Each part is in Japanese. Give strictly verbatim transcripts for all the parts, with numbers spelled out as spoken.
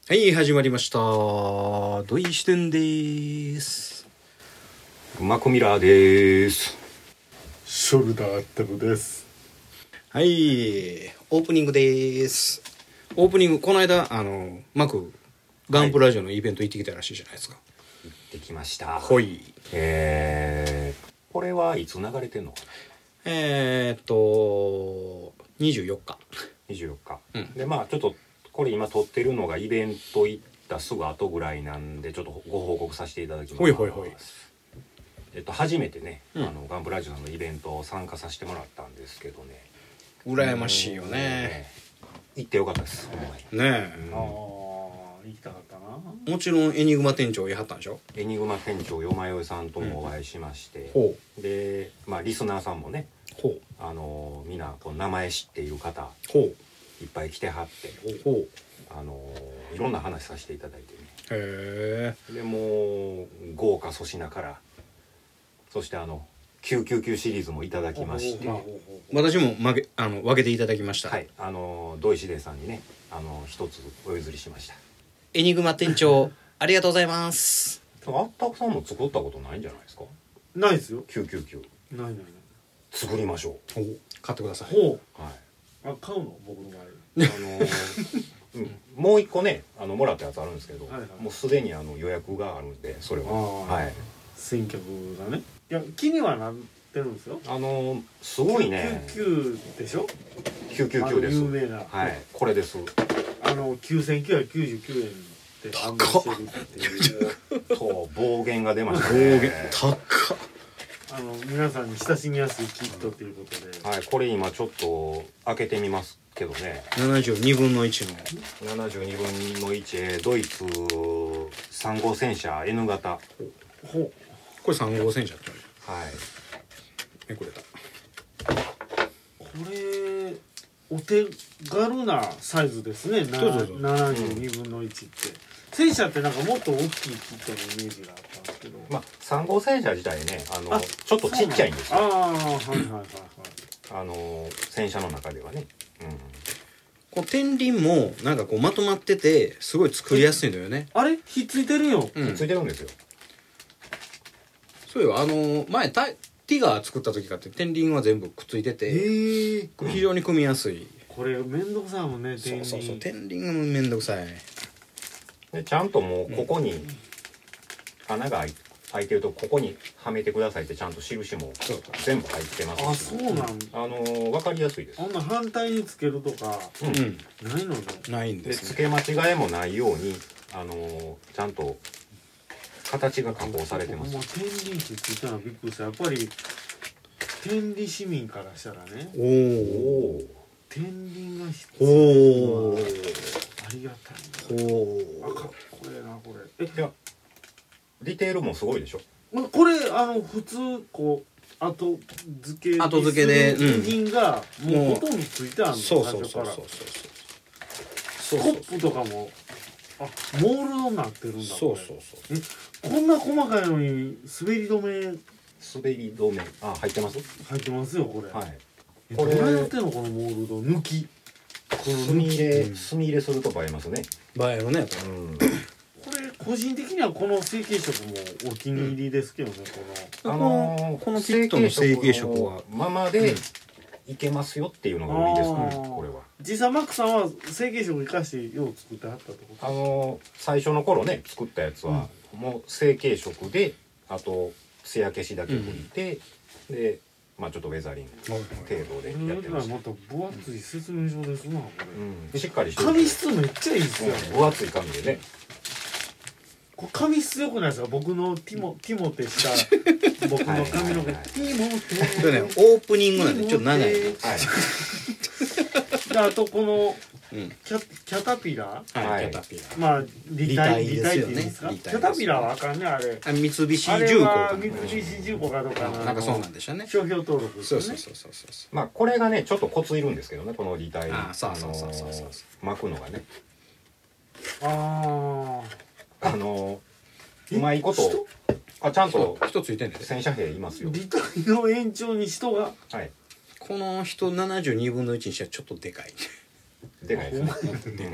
はい、始まりました。土井視点でーす。 マクミラーでーす。 ショルダーアッタブです。 はい、オープニングでーす。オープニング、この間、あの、マク、ガンプラジオのイベント行ってきたらしいじゃないですか。 行ってきました。 ほい。 えー、これはいつ流れてんのかな。 えーっと、にじゅうよっか。 にじゅうよっか。 うん、 で、まあちょっと、これ今撮ってるのがイベント行ったすぐ後ぐらいなんで、ちょっとご報告させていただきます。 ほいほいほい。 えっと、初めてね、うん、あのガンプラジオのイベントを参加させてもらったんですけどね。 羨ましいよね。ね行ってよかったです。 ねえ。 うん、ああ、行きたかったな。 もちろんエニグマ店長やはったんでしょ。 エニグマ店長よまよいさんともお会いしまして、 うん、 で、まあリスナーさんもね、 ほう、 あのみんなこう名前知っている方、 ほう、 いっぱい来てはって、 ほう、 あのいろんな話させていただいてね。 へえ。 でもう豪華粗品から、そしてあのきゅうきゅうきゅうシリーズもいただきまして、 私も分けあの分けていただきました。 はい、あの土井紫伝さんにね、あの一つお譲りしました。 エニグマ店長ありがとうございます。 あったくさんも作ったことないんじゃないですか。 ないですよ。 きゅうきゅうきゅう。 ないないない。 作りましょう。 お、買ってください。 ほう。 はい。 あ、買うの僕の場合。 あのーうん、もう一個ね、あのもらったやつあるんですけど、 はいはい、 もうすでにあの予約があるんで、それは、はい、 先客がね、いや気にはなってるんですよ。 あのー、すごいね。 きゅうきゅうきゅうでしょ。 きゅうきゅうきゅうです。 有名な。 はい、これです。 あのきゅうせんきゅうひゃくきゅうじゅうきゅうえんで販売してるっていう。 と暴言が出ましたね。 暴言高っ。 あの皆さんに親しみやすいキットということで、 はい、これ今ちょっと開けてみますけどね。 ななじゅうにぶんのいちのななじゅうにぶんのいちドイツさん号戦車 N 型。 ほう、これさん号戦車ってはい、 めくれた。 これお手軽なサイズですね。ななじゅうにぶんのいちって、うん、戦車ってなんかもっと大きいキットのイメージがあったんですけど、 まあさん号戦車自体ね、あのちょっとちっちゃいんですよ。 ああ、はいはいはいはい。 あの戦車の中ではね、うん、 こう天輪もなんかこうまとまっててすごい作りやすいのよね。 あれひっついてるよ、 うん、ひっついてるんですよ。 そうよ、あの前タティガー作った時かって天輪は全部くっついてて、 えー、非常に組みやすい。 これめんどくさいもんね。 そうそうそう、天輪がめんどくさい。 でちゃんともうここに穴が開いてると、ここにはめてくださいってちゃんと印も全部入ってますし、 あ、そうなん、 あのー、分かりやすいです。 あんな反対につけるとか、うん、ないのね。 ないんですね。 で付け間違えもないように、あのー、ちゃんと形が加工されてます。 もう天輪ってついたのびっくりした。やっぱり天理市民からしたらね、 おお、 天輪が必要なのはありがたいな。 おあ、かっこええなこれ。え、 いやディテールもすごいでしょ。 これあの普通こう後付け後付けで部品がもうほとんどついてあるの。 そうそうそうそうそうそう。コップとかもあモールドになってるんだ。 そうそうそう。 え、こんな細かいのに滑り止め滑り止めあ入ってます。 入ってますよこれ。 はい。 これどれやってんのこのモールド抜き。 この墨入れ、うん、墨入れすると映えますね。 映えるね。 うん。これ個人的にはこの成型色もお気に入りですけどね、 このあのー、このキットの成型色はままでいけますよっていうのが多いですね、これは。 実際マックさんは成型色を生かしてよう作ってはったってこと。 あのー、最初の頃ね作ったやつは、うん、もう成型色で、あと艶消しだけ拭いて、うん、でまあちょっとウェザリング程度でやってました。 また分厚い説明書ですなこれ、 うん、しっかりしてる。 紙質めっちゃいいですよ、 うん、分厚い紙でね。 これ紙質良くないですか。僕のティモティモテした僕の髪の毛ティモテね、オープニングなんでちょっと長い、はい、 であとこのキャ、キャタピラー、 はい、キャタピラー、 まあ立体立体っていうんですか。キャタピラーはあかんねあれ。 三菱重工か。 あれは三菱重工かとかのなんかそうなんでしょうね。 商標登録ですね。 そうそうそうそうそう。 まあこれがねちょっとコツいるんですけどね、この立体ああそうそうそうそうそう巻くのがね。 あああのうまいことあちゃんと人ついてんねん。 戦車兵いますよ。 立体の延長に人が。 はい。 この人ななじゅうにぶんのいちにしてはちょっとでかい。 でかいですね。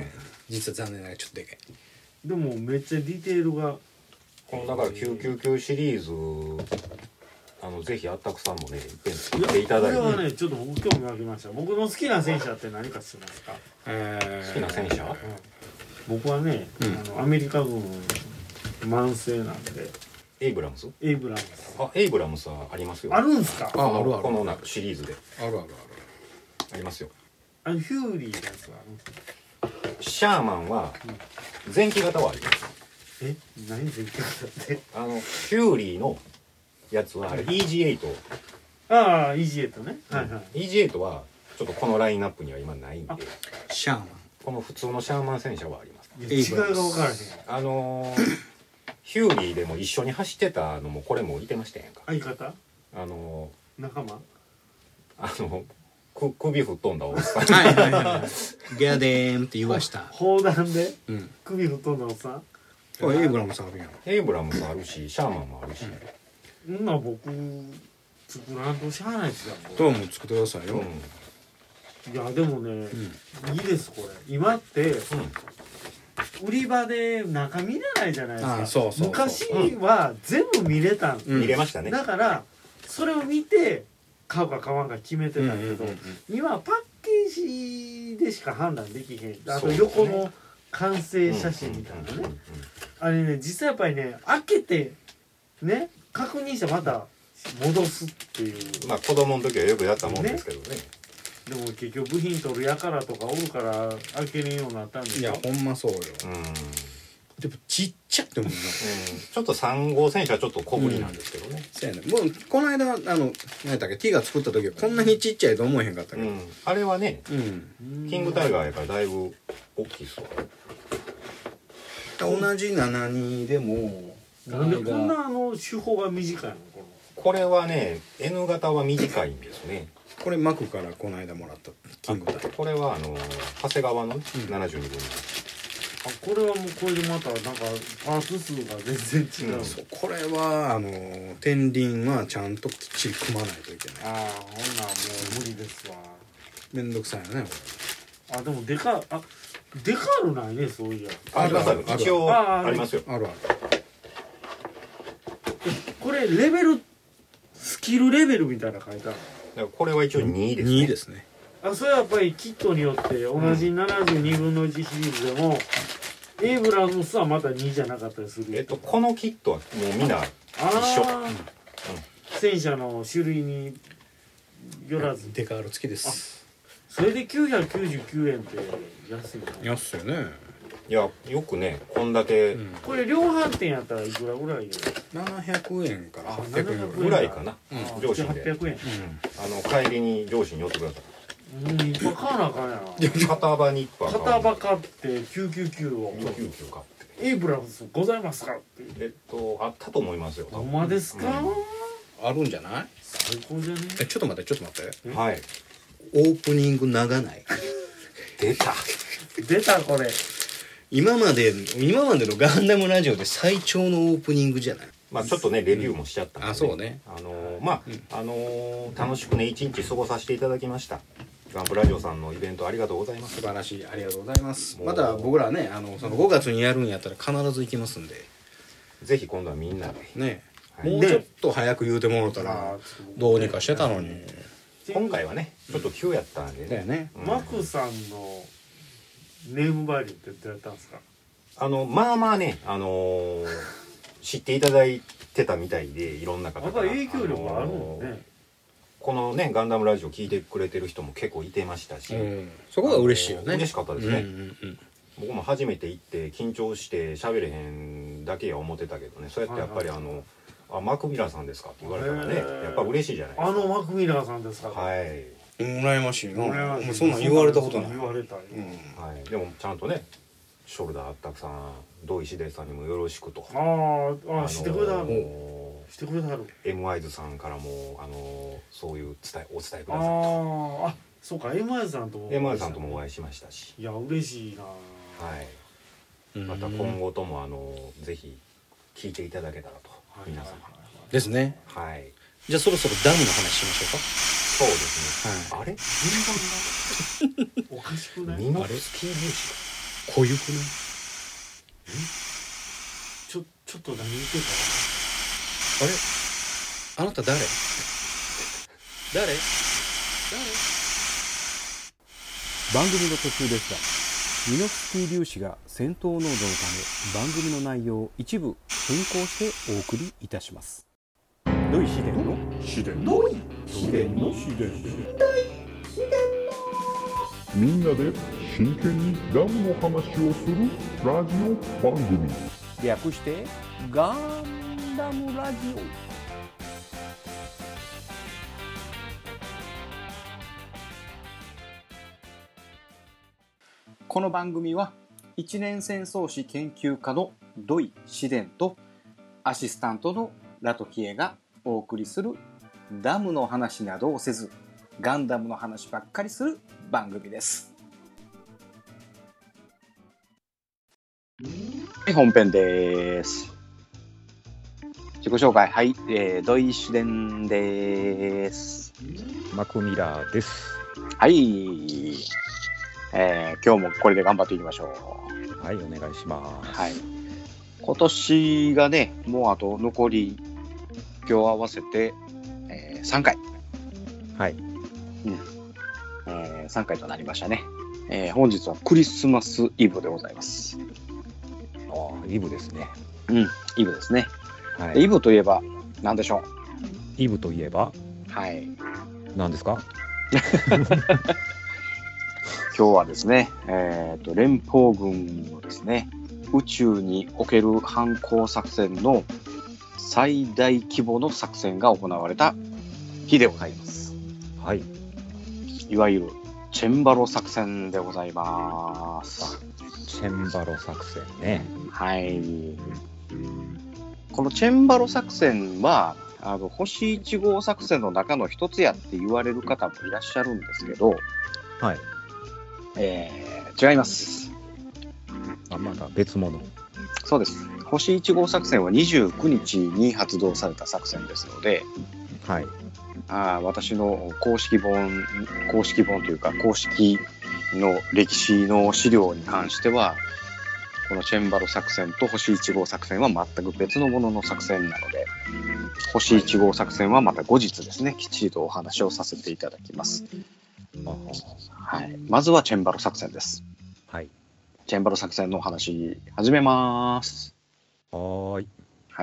実は残念ながらちょっとでかい。 でもめっちゃディテールがこのだからきゅうきゅうきゅうシリーズあのぜひあったくさんもねいっぺん作っていただいて。 これはねちょっと僕興味湧きました。僕の好きな戦車って何か知ってますか？ えー好きな戦車、 うん、僕はね、 うんあのアメリカ軍慢性なんでエイブラムスエイブラムスあエイブラムスはありますよ。 あるんすか？ ああるあるこのなシリーズであるあるある。 ありますよ。 あのヒューリーのやつがあるんですか？ シャーマンは前期型はあります。 え何全然ってあのヒューリーのやつはあれ イージーエイト、 ああ イージーエイトね、はいはいイージーエイトはちょっとこのラインナップには今ないんで、 シャーマン。 この普通のシャーマン戦車はあります。 いや違いが分からへん。 あのー、ヒューリーでも一緒に走ってたのもこれもいてましたやんか。 相方あの仲間ー、あのく首吹っ飛んだおっさんはいはいはい。ギャデーンって言わした。 砲弾でうん。 首吹っ飛んだおっさん。 これエイブラムスあるやん。 エイブラムスあるしシャーマンもあるし、 うんな僕作らんとしゃあないですよ。 どうも作ってくださいよ。 うんいやでもね、いいですこれ。今って売り場で中見れないじゃないですか。 あそうそうそう昔は全部見れたん、 うん見れましたね。 だからそれを見て買うか買わんか決めてたけど、 うんうんうんうん今はパッケージでしか判断できへん。あとそうですね横の完成写真みたいなね、 うんうんうんうんあれね実際やっぱりね開けてね確認してまた戻すっていう。 まあ子供の時はよくやったもんですけどね。 でも結局部品取るやからとかおるから開けれんようになったんでしょ。 いやほんまそうよ。 うん、うん、 でもちっちゃってもんな。 ちょっとさん号戦車はちょっと小ぶりなんですけどね。 そうやね。もうこの間あの何やったっけ T が作った時はこんなにちっちゃいと思えへんかったけど。 うん、あれはね、 うん。 キングタイガーやからだいぶ大きいっすわ。 同じななじゅうにでもなんでこんなあの手法が短いのこの。 これはね N 型は短いんですね。 これマクからこの間もらったキングタイ。 これはあの長谷川のねうんななじゅうにぶんのあこれはもうこれでまたなんかパーツ数が全然違う。 うんそうこれはあの天輪はちゃんときっちり組まないといけない。 ああほんなんもう無理ですわ。 めんどくさいよねこあでもデカあデカールないねそういや。 ありますあるある一応あありますよ。 れ。あるある。 これレベルスキルレベルみたいなの書いてある。 だからこれは一応にですね。 にですね。 あそれはやっぱりキットによって同じななじゅうにぶんのいちシリーズでも、エイブラムスはまたにじゃなかったりする。 えっとこのキットはもうみんなあ一緒。 ー戦車の種類によらずデカール付きです。 それできゅうひゃくきゅうじゅうきゅうえんって安いね。 安いよね。 いやよくねこんだけうんこれ量販店やったらいくらぐらいよ。 ななひゃくえんからあはっぴゃくえんぐぐらい。 らいかな、 あ上司ではっぴゃくえん。 あの帰りに上司に寄ってくださうんいっぱい買わなあかんやい。肩バニッパーな。肩バ買ってきゅうひゃくきゅうじゅうきゅうをきゅうきゅうきゅう買ってエイブラムスございますかって。 えっとあったと思いますよ多ほん分まですか、 うんあるんじゃない？ 最高じゃね。 えちょっと待ってちょっと待って。 はいオープニング長ない。 出た出たこれ。 今まで今までのガンダムラジオで最長のオープニングじゃない？ まあちょっとねレビューもしちゃったんで、 あそうね。 あのーまあ、あのー楽しくね一日過ごさせていただきました。ガンプラジオさんのイベントありがとうございます。 素晴らしいありがとうございます。 もうまた僕らねあのそのごがつにやるんやったら必ず行きますんでぜひ今度はみんなで、 ね。 はいもうちょっと早く言うてもらったらどうにかしてたのに。 今回はねちょっと急やったんでね、 だよね。 うんマクさんのネームバリューってどうやったんですか。 あのまあまあね、あのー知っていただいてたみたいでいろんな方やっぱり影響力あるもんね。 このねガンダムラジオ聞いてくれてる人も結構いてましたし、 うんそこが嬉しいよね。 嬉しかったですね、 うんうんうん僕も初めて行って緊張して喋れへんだけや思ってたけどねそうやってやっぱりあの「あマクミラーさんですか?」って言われたらねへーやっぱ嬉しいじゃないですか。 あのマクミラーさんですか。 はい、 羨ましいな。 羨ましいもうそんなん言われたことない。 言われたい。 うんはい、でもちゃんとねショルダーあったくさん土井石出さんにもよろしくとあーあー、してくれたはる。 のしてくれたはる。 ー、エムワイズ さんからもあのーそういう伝えお伝えくあださいーあ、そうか、エムアイ さんとも。 エムワイズ さんともお会いしましたし、 いや、嬉しいな。 はい、 うんまた今後ともあのーぜひ聞いていただけたらと、 はい皆様ですね。 はいじゃあそろそろダムの話しましょそうですね、あれ順番がおかしくない？ ミノフスキー粒子小ゆくない？ ちょちょっと何言ってるかあれあなた誰？誰？誰？ 番組の途中ですが、ミノフスキー粒子が戦闘濃度のため番組の内容を一部変更してお送りいたします。土井紫伝の紫伝の紫伝の紫伝みんなで真剣にダムの話をするラジオ番組、 略してガンダムラジオ。この番組は一年戦争史研究家の土井紫伝とアシスタントのラトキエがお送りするダムの話などをせずガンダムの話ばっかりする番組です。はい、本編です。自己紹介、はい、えー、土井紫伝です。 マクミラーです。 はい、えー、今日もこれで頑張っていきましょう。はい、お願いします。 はい、今年がね、もうあと残り今日合わせて、えー、さんかい。 はい。 うん。えー、さんかいとなりましたね。えー、本日はクリスマスイブでございます。 ああ、イブですね。 うん、イブですね。 はい。 イブといえば何でしょう。 イブといえば、 はい。 何ですか？ 今日はですね、えっと連邦軍のですね、宇宙における反攻作戦の最大規模の作戦が行われた日でございます。 はい。 いわゆるチェンバロ作戦でございます。 チェンバロ作戦ね。 はい。このチェンバロ作戦はあの星いち号作戦の中の一つやって言われる方もいらっしゃるんですけど、 はい。 えー、違います。 あ、まだ別物。 そうです。星いち号作戦はにじゅうくにちに発動された作戦ですので、 はい。 あ、私の公式本公式本というか公式の歴史の資料に関しては、このチェンバロ作戦と星いち号作戦は全く別のものの作戦なので、星いち号作戦はまた後日ですね、きっちりとお話をさせていただきます。はい、まずはチェンバロ作戦です。 はい。 チェンバロ作戦のお話始めます。 はーい。 はい。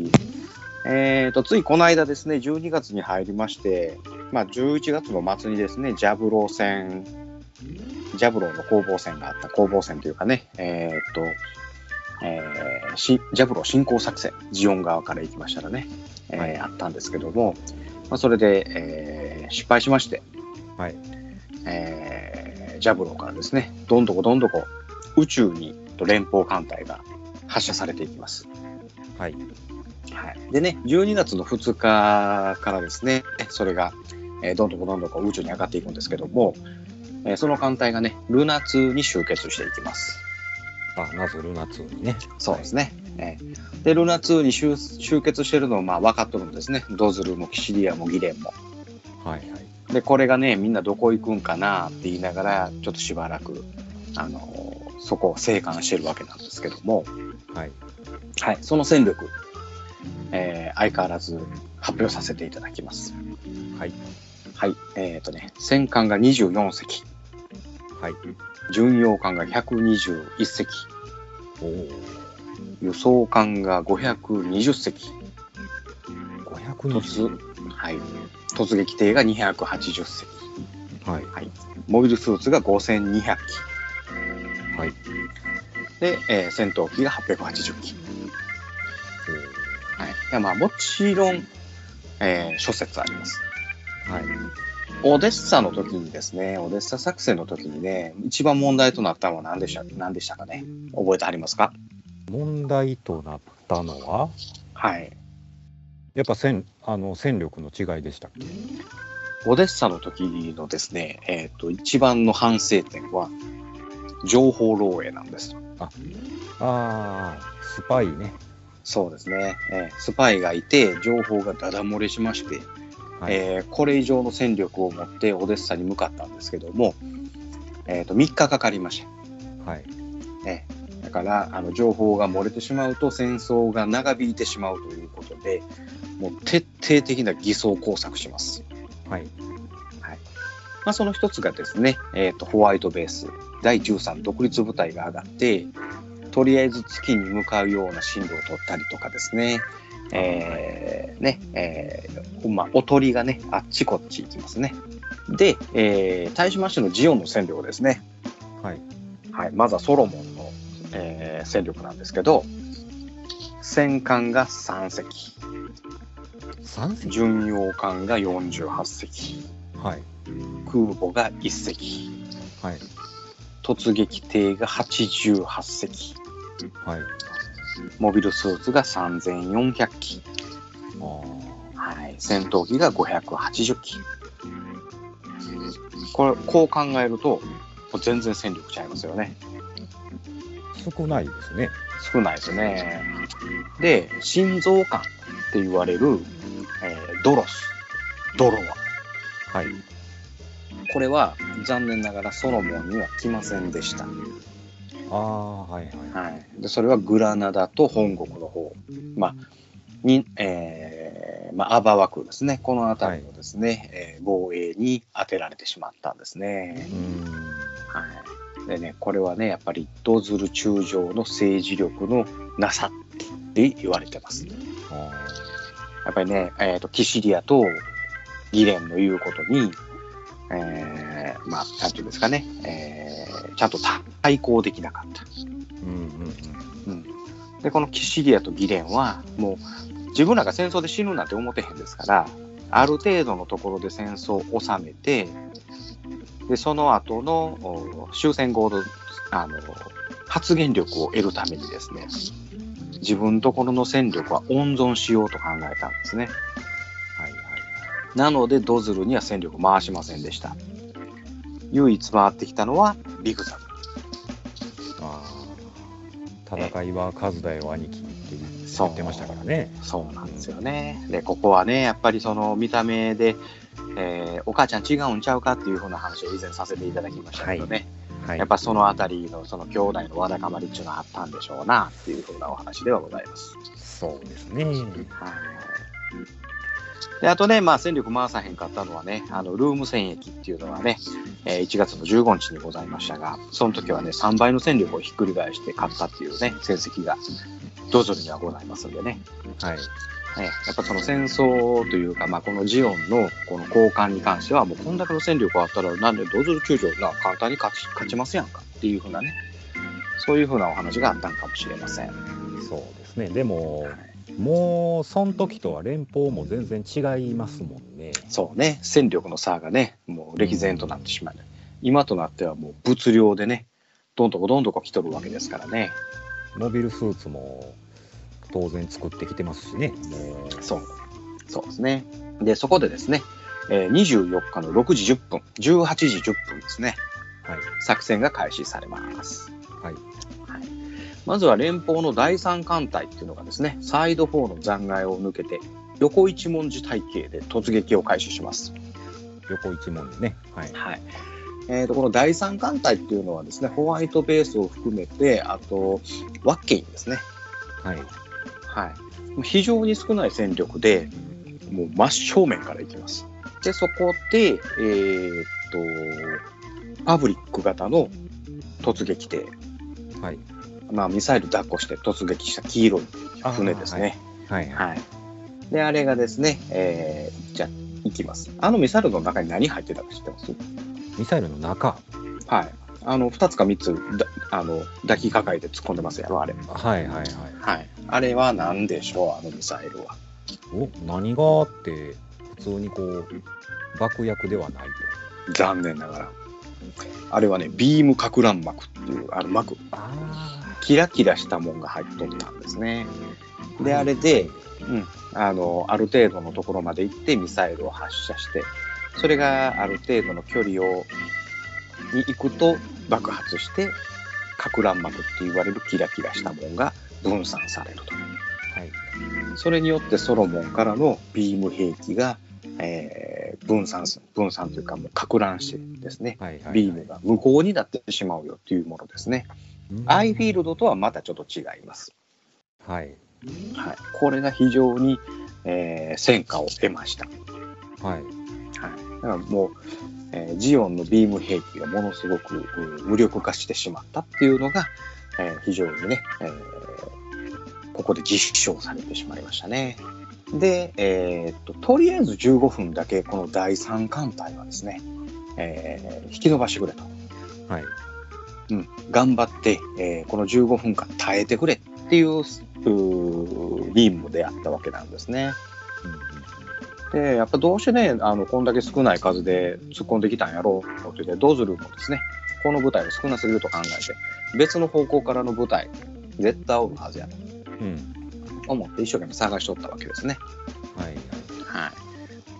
えーと、ついこの間ですね、じゅうにがつに入りまして、まあ、じゅういちがつの末にですね、ジャブロー戦、ジャブローの攻防戦があった、攻防戦というかね、えーと、えー、ジャブロー侵攻作戦、ジオン側から行きましたらね、えーはい、あったんですけども、まあ、それで、えー、失敗しまして、 はい。 えー、ジャブローからですね、どんどこどんどこ宇宙に連邦艦隊が発射されていきます。 はい。 はい、でね、じゅうにがつのふつかからですね、それが、えー、どんどこどんどこ宇宙に上がっていくんですけども、えー、その艦隊がね、ルナツーに集結していきます。 あ、まずルナツーにね。 そうですね。はい、えー、で、ルナツーに 集, 集結してるのはまあ分かっとるんですね。ドズルもキシリアもギレンも。 はいはい。 で、これがね、みんなどこ行くんかなって言いながら、ちょっとしばらく、あのー、そこを静観してるわけなんですけども、 はい。 はい、その戦力、えー、相変わらず発表させていただきます。 はい。 はい。えっとね、戦艦がにじゅうよんせき。 はい。 巡洋艦がひゃくにじゅういっせき。 おお。 輸送艦がごひゃくにじゅっせき。 ごひゃくにじゅう。 はい。突撃艇がにひゃくはちじゅっせき。 はい。 はい。モビルスーツがごせんにひゃくき。 はい。 で、えー、戦闘機がはっぴゃくはちじゅっき。はい。いや、まあ、もちろん、えー、諸説あります。 はい。 オデッサの時にですね、オデッサ作戦の時にね、一番問題となったのは何でした、何でしたかね。覚えてありますか？ 問題となったのは、 はい。 やっぱ戦、あの戦力の違いでしたっけ？ オデッサの時のですね、えっと、一番の反省点は、情報漏洩なんです。 ああ、スパイね。 そうですね、えー、スパイがいて情報がダダ漏れしまして、はい、えー、これ以上の戦力を持ってオデッサに向かったんですけども、えー、とみっかかかりました。 はい。 ね、だからあの情報が漏れてしまうと戦争が長引いてしまうということで、もう徹底的な偽装工作します。 はい。 はい。まあ、その一つがですね、えーと、ホワイトベースだいじゅうさん独立部隊が上がって、とりあえず月に向かうような進路を取ったりとかですね、えー、ね、えー、まあ、おとりがね、あっちこっち行きますね。で、えー、対しましてのジオンの戦力ですね。 はい。 はい。まずはソロモンの、えー、戦力なんですけど、戦艦がさん隻。 さん隻？ 巡洋艦がよんじゅうはち隻。 はい。 空母がいっ隻。 はい。 突撃艇がはちじゅうはち隻。 はい。 モビルスーツがさんぜんよんひゃく機。 あはい。戦闘機がごひゃくはちじゅっ機。これ、こう考えると、全然戦力ちゃいますよね。 少ないですね。 少ないですね。で、心臓艦って言われる、えードロス、ドロワ。 はい。 これは残念ながらソロモンには来ませんでした。 ああ、はいはい。 はい。で、それはグラナダと本国の方、まあ、に、えー、まあ、アバワクですね。この辺りのですね、はい、えー、防衛に当てられてしまったんですね。 うん。 はい。でね、これはね、やっぱりドズル中将の政治力のなさって言われてます。 あやっぱりね、えっと、キシリアとギレンの言うことに、えー、まあ、なんていうんですかね、えー、ちゃんと対抗できなかった。 うんうんうん。 うん。で、このキシリアとギレンは、もう、自分らが戦争で死ぬなんて思ってへんですから、ある程度のところで戦争を収めて、で、その後の終戦後の、あの、発言力を得るためにですね、自分のところの戦力は温存しようと考えたんですね。 はいはい。 なので、ドズルには戦力を回しませんでした。唯一回ってきたのはビグザム。 ああ、戦いは数だよ兄貴って言ってましたからね。 そうなんですよね。で、ここはね、やっぱりその見た目で、えー、お母ちゃん違うんちゃうかっていう風な話を以前させていただきましたけどね。はいはい、やっぱそのあたりのその兄弟のわだかまりっていうのはあったんでしょうなっていう風なお話ではございます。 そうですね。はい。 で、あとね、まあ戦力回さへんかったのはね、あのルーム戦役っていうのはね、えー、いちがつのじゅうごにちにございましたが、その時はねさんばいの戦力をひっくり返して勝ったっていうね成績がドズルにはございますんでね。はい。ね、やっぱその戦争というか、まあ、このジオンのこの交換に関してはもうこんだけの戦力あったらなんでドズル中将が簡単に勝ち、勝ちますやんかっていうふうなね、そういうふうなお話があったんかもしれません。 そうですね。でも、はい、もうその時とは連邦も全然違いますもんね。 そうね、戦力の差がねもう歴然となってしまう、うん、今となってはもう物量でねどんどこどんどこ来とるわけですからね。 モビルスーツも当然作ってきてますしね。もうそうそうですね。でそこでですね、えー、にじゅうよっかのろくじじゅっぷんじゅうはちじじゅっぷんですね、はい、作戦が開始されます。はい、はい、まずは連邦のだいさん艦隊っていうのがですねサイドよんの残骸を抜けて横一文字隊形で突撃を開始します。 横一文字ね。はい、 はい。えー、とこのだいさん艦隊っていうのはですねホワイトベースを含めてあとワッケインですね。はいはい、非常に少ない戦力でもう真正面から行きます。でそこで、えー、っとパブリック型の突撃艇、はいまあ、ミサイル抱っこして突撃した黄色い船ですね。はいはいはい、であれがですね、えー、じゃあ行きます。あのミサイルの中に何入ってたか知ってます？ ミサイルの中、 はいあのふたつかみっつだあの抱きかかえて突っ込んでますやろあれ。 はいはいはいはい。あれは何でしょうあのミサイルは。 お何があって普通にこう爆薬ではないと。残念ながらあれはねビームか乱膜っていうあの膜あキラキラしたもんが入っとったんですね。であれで、うん、あのある程度のところまで行ってミサイルを発射してそれがある程度の距離をに行くと爆発してか乱膜って言われるキラキラしたもんが分散されると、はい、それによってソロモンからのビーム兵器が、えー、分散分散というかもうか乱してですね、はいはいはい、ビームが無効になってしまうよというものですね。 アイフィールドとはまたちょっと違います。 はい。 はい、これが非常に、えー、戦果を得ました。 はい。はい。 だからもう、えー、ジオンのビーム兵器がものすごく無力化してしまったっていうのが、えー、非常にね、えー、ここで実証されてしまいましたね。で、えー、っととりあえずじゅうごふんだけこのだいさん艦隊はですね、えー、引き延ばしてくれと。 はい。 うん、頑張って、えー、このじゅうごふんかん耐えてくれっていう任務であったわけなんですね。うん、でやっぱどうしてねあのこんだけ少ない数で突っ込んできたんやろうというでドズルもですねこの部隊が少なすぎると考えて別の方向からの部隊絶対おるはずやと、うん、思って一生懸命探しとったわけですね。 はいはい、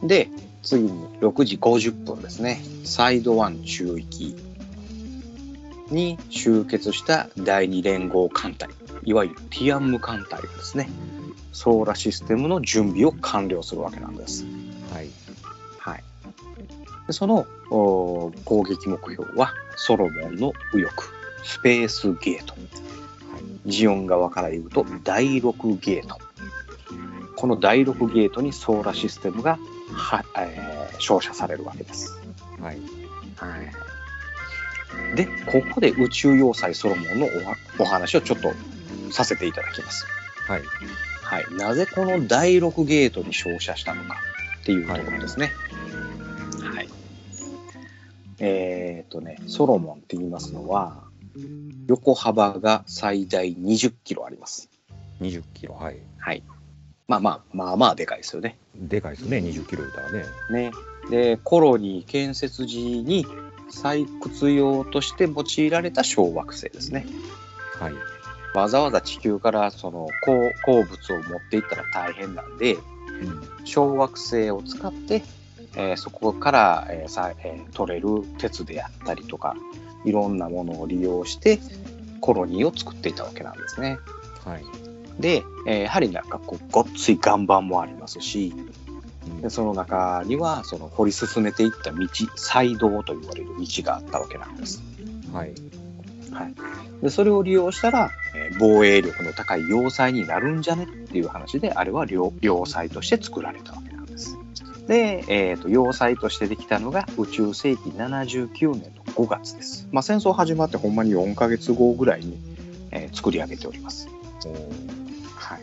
で次にろくじごじゅっぷんですねサイドワン中域に集結しただいに連合艦隊いわゆるティアンム艦隊がですねソーラシステムの準備を完了するわけなんです。 はい、 はい、でその攻撃目標はソロモンの右翼スペースゲート、はい、ジオン側から言うとだいろくゲートこのだいろくゲートにソーラシステムがは、えー、照射されるわけです。 はい、 はいでここで宇宙要塞ソロモンの お, お話をちょっとさせていただきます。 はい、 はい、なぜこのだいろくゲートに照射したのかっていうところですね。はい、はい、えー、っとねソロモンって言いますのは横幅が最大にじゅっキロあります。 にじゅっキロ、はい、 はい、まあまあまあまあでかいですよね。 でかいですねにじゅっキロ言ったらね。 ねでコロニー建設時に採掘用として用いられた小惑星ですね。 はい。 わざわざ地球からその鉱物を持っていったら大変なんで、うん、小惑星を使って、えー、そこから、えーさえー、取れる鉄であったりとかいろんなものを利用してコロニーを作っていたわけなんですね。 はい。 で、えー、やはりなんかこうごっつい岩盤もありますし、でその中にはその掘り進めていった道細道と言われる道があったわけなんです。 はい、 はい、でそれを利用したら、えー、防衛力の高い要塞になるんじゃねっていう話であれは 要, 要塞として作られたわけなんです。で、えーと、要塞としてできたのが宇宙世紀ななじゅうきゅうねんのごがつです。まあ、戦争始まってほんまによんかげつごぐらいに、えー、作り上げております。はい、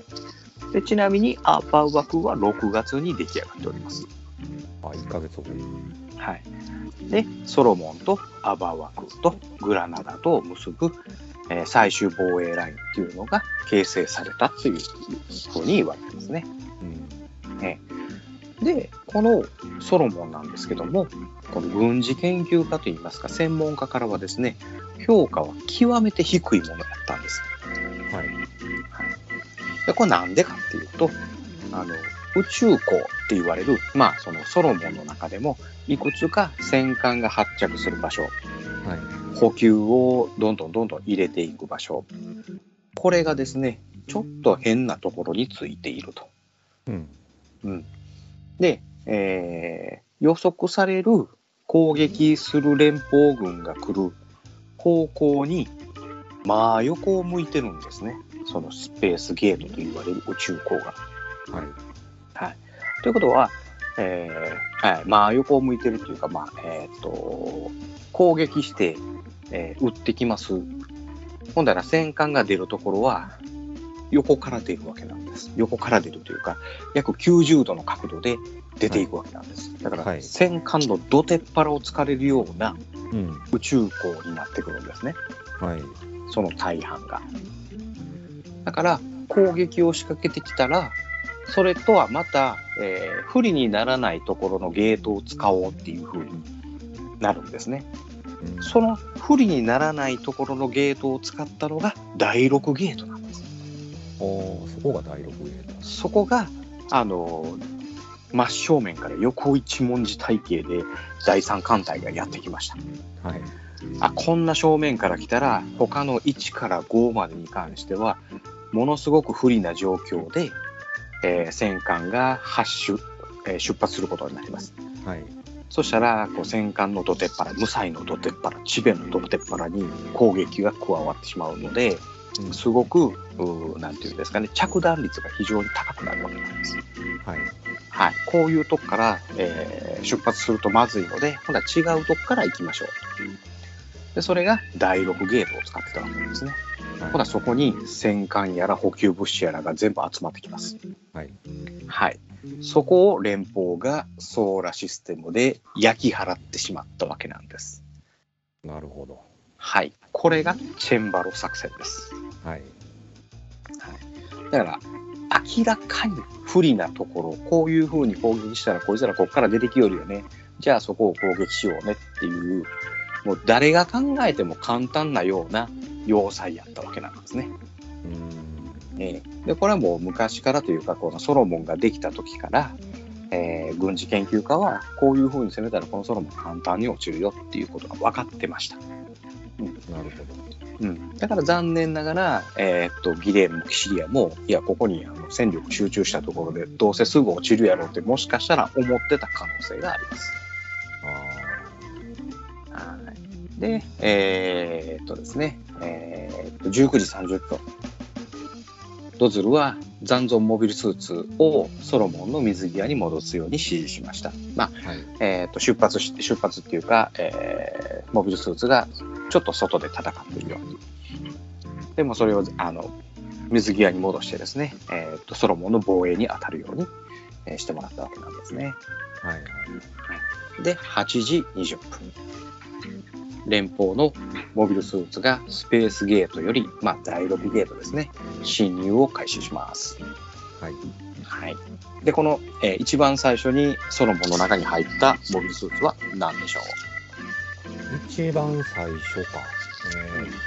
でちなみにアバウアクはろくがつに出来上がっております。 あ、いっかげつご。 はい。でソロモンとアバウアクとグラナダとを結ぶ、えー、最終防衛ラインっていうのが形成されたっていうふうに言われてますね。うんえー、でこのソロモンなんですけどもこの軍事研究家といいますか専門家からはですね評価は極めて低いものだったんです。 はい。 はいでこれなんでかっていうとあの宇宙港って言われる、まあ、そのソロモンの中でもいくつか戦艦が発着する場所、はい、補給をどんどんどんどん入れていく場所これがですねちょっと変なところについていると、うんうん、で、えー、予測される攻撃する連邦軍が来る方向に真横を向いてるんですねそのスペースゲートと言われる宇宙港が。はいはい、ということは、えーはい、まあ横を向いてるというか、まあえー、と攻撃して、えー、撃ってきます。ほんだら戦艦が出るところは横から出るわけなんです。横から出るというか約きゅうじゅうどの角度で出ていくわけなんです。はい、だから、はい、戦艦のどてっぱらを突かれるような宇宙港になってくるんですね。はい、その大半が。だから攻撃を仕掛けてきたらそれとはまた、えー、不利にならないところのゲートを使おうっていう風になるんですね。うん、その不利にならないところのゲートを使ったのがだいろくゲートなんです。 おそこがだいろくゲート。 そこがあの真正面から横一文字体系でだいさん艦隊がやってきました。はい、あこんな正面から来たら他のいちからごまでに関してはものすごく不利な状況で、えー、戦艦が発出、えー、出発することになります。はい、 そしたらこう戦艦のどてっぱら、無才のどてっぱら、チベのどてっぱらに攻撃が加わってしまうので、 うんすごくなんていうんですかね、着弾率が非常に高くなるわけなんです。 はいはい、こういうとこから、えー出発するとまずいので、今度は違うとこから行きましょう。でそれがだいろくゲートを使ってたわけなんですね。今度はそこに戦艦やら補給物資やらが全部集まってきます。 はいはい、そこを連邦がソーラシステムで焼き払ってしまったわけなんです。 なるほど。 はい、これがチェンバロ作戦です。 はい、 はい、だから明らかに不利なところ、こういう風に攻撃したらこいつらこっから出てきよるよね、じゃあそこを攻撃しようねっていう、もう誰が考えても簡単なような要塞やったわけなんですね。 うーんえーでこれはもう昔からというか、このソロモンができた時から、えー軍事研究家はこういう風に攻めたらこのソロモン簡単に落ちるよっていうことが分かってました。 なるほど。 うん、だから残念ながら、えーっとギレームもキシリアも、いやここにあの戦力集中したところでどうせすぐ落ちるやろうってもしかしたら思ってた可能性があります。 あはいで、えーっとですね、えーっとじゅうくじさんじゅっぷん、ドズルは残存モビルスーツをソロモンの水際に戻すように指示しました。まああはいえーっと出発し出発っていうか、えーモビルスーツがちょっと外で戦っているように。でもそれをあの水際に戻してですね、えーっとソロモンの防衛に当たるように、えーしてもらったわけなんですね。 はいはいで、はちじにじゅっぷん。連邦のモビルスーツがスペースゲートより、まあ、だいろくゲートですね、侵入を開始します。 はいはい。で、この、えー一番最初にソロモンの中に入ったモビルスーツは何でしょう？ 一番最初か。えー、っ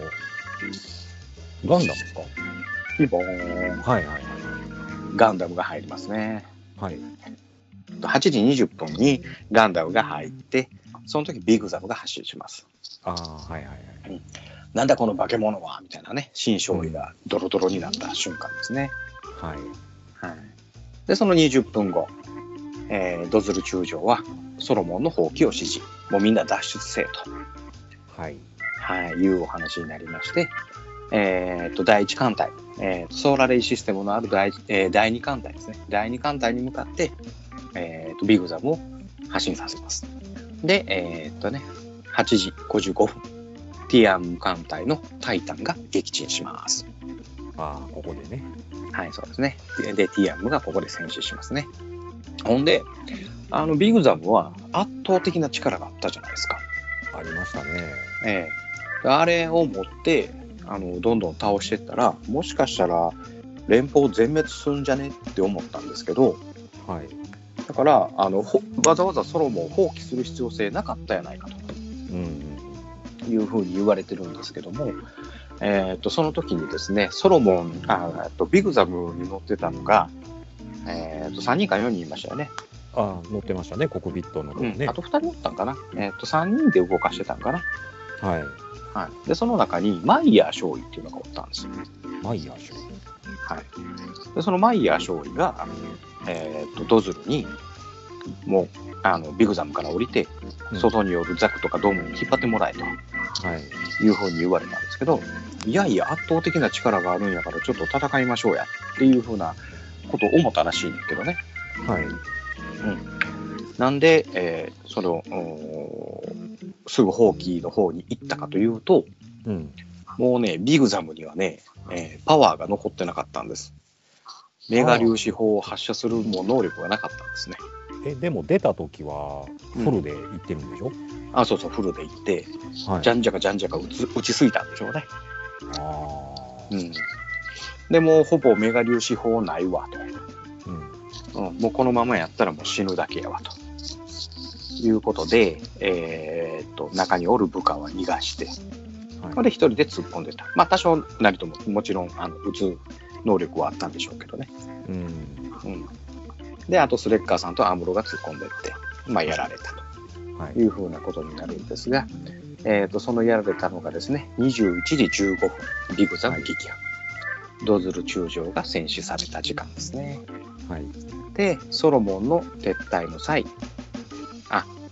と、ガンダムですか？ ピボーン。 はいはいはい。 ガンダムが入りますね。 はい。 はちじにじゅっぷんにガンダムが入って、その時ビグザムが発進します。 ああ、はいはいはい。 なんだこの化け物はみたいなね、新勝利がドロドロになった瞬間ですね。 はい。 はい、で、そのにじゅっぷんご、えードズル中将はソロモンの放棄を指示。もうみんな脱出せえと、 はい。 はい、いうお話になりまして、えー、とだいいち艦隊、えーと、ソーラレイシステムのある第、えー、だいに艦隊ですね。だいに艦隊に向かって、えー、とビグザムを発進させます。で、えー、とね、はちじごじゅうごふん、ティアム艦隊のタイタンが撃沈します。 ああ、ここでね。 はい、そうですね。で、でティアムがここで戦死しますね。ほんで、あのビグザムは圧倒的な力があったじゃないですか。 ありましたね。 ええ、あれを持ってあのどんどん倒していったら、もしかしたら連邦全滅するんじゃねって思ったんですけど、 はい。 だからあのわざわざソロモンを放棄する必要性なかったやないかとうん。 いうふうに言われてるんですけども、えー、とその時にですね、ソロモンあとビグザムに乗ってたのが、えー、とさんにんかよにんいましたよね。 ああ、乗ってましたね、コクピットの方ね。 うん、あとふたりおったんかな、えー、とさんにんで動かしてたんかな。 はい。 はい、でその中にマイヤー少尉っていうのがおったんですよ。 マイヤー賞。 はい、でそのマイヤー少尉が、えー、とドズルにもうあのビグザムから降りて、 うん外によるザクとかドームに引っ張ってもらえとはい。 いうふうに言われたんですけど、いやいや圧倒的な力があるんやからちょっと戦いましょうやっていうふうなことを思ったらしいんだけどね。 はい。 うん、なんで、えー、それをすぐ放棄の方に行ったかというと、 うん。 もうねビグザムにはね、えー、パワーが残ってなかったんです。メガ粒子砲を発射するも能力がなかったんですね。 え、でも出た時はフルで行ってるんでしょ？ あ、そうそう、フルで行って、 はい。 じゃんじゃかじゃんじゃか打ち打ちすぎたんでしょうね。 ああ。 うん。でもほぼメガ粒子砲ないわと。 うん。 うん、もうこのままやったらもう死ぬだけやわということで、えー、っと中におる部下は逃がして、 はいこれ一人で突っ込んでた。まあ多少なりとももちろんあの撃つ能力はあったんでしょうけどね。 うん。 うん、であとスレッカーさんとアムロが突っ込んでって、まあ、やられたはいというふうなことになるんですが、えー、とそのやられたのがですねにじゅういちじじゅうごふん、ビグザム撃破、ドズル中将が戦死された時間ですね。 はい。 でソロモンの撤退の際、あ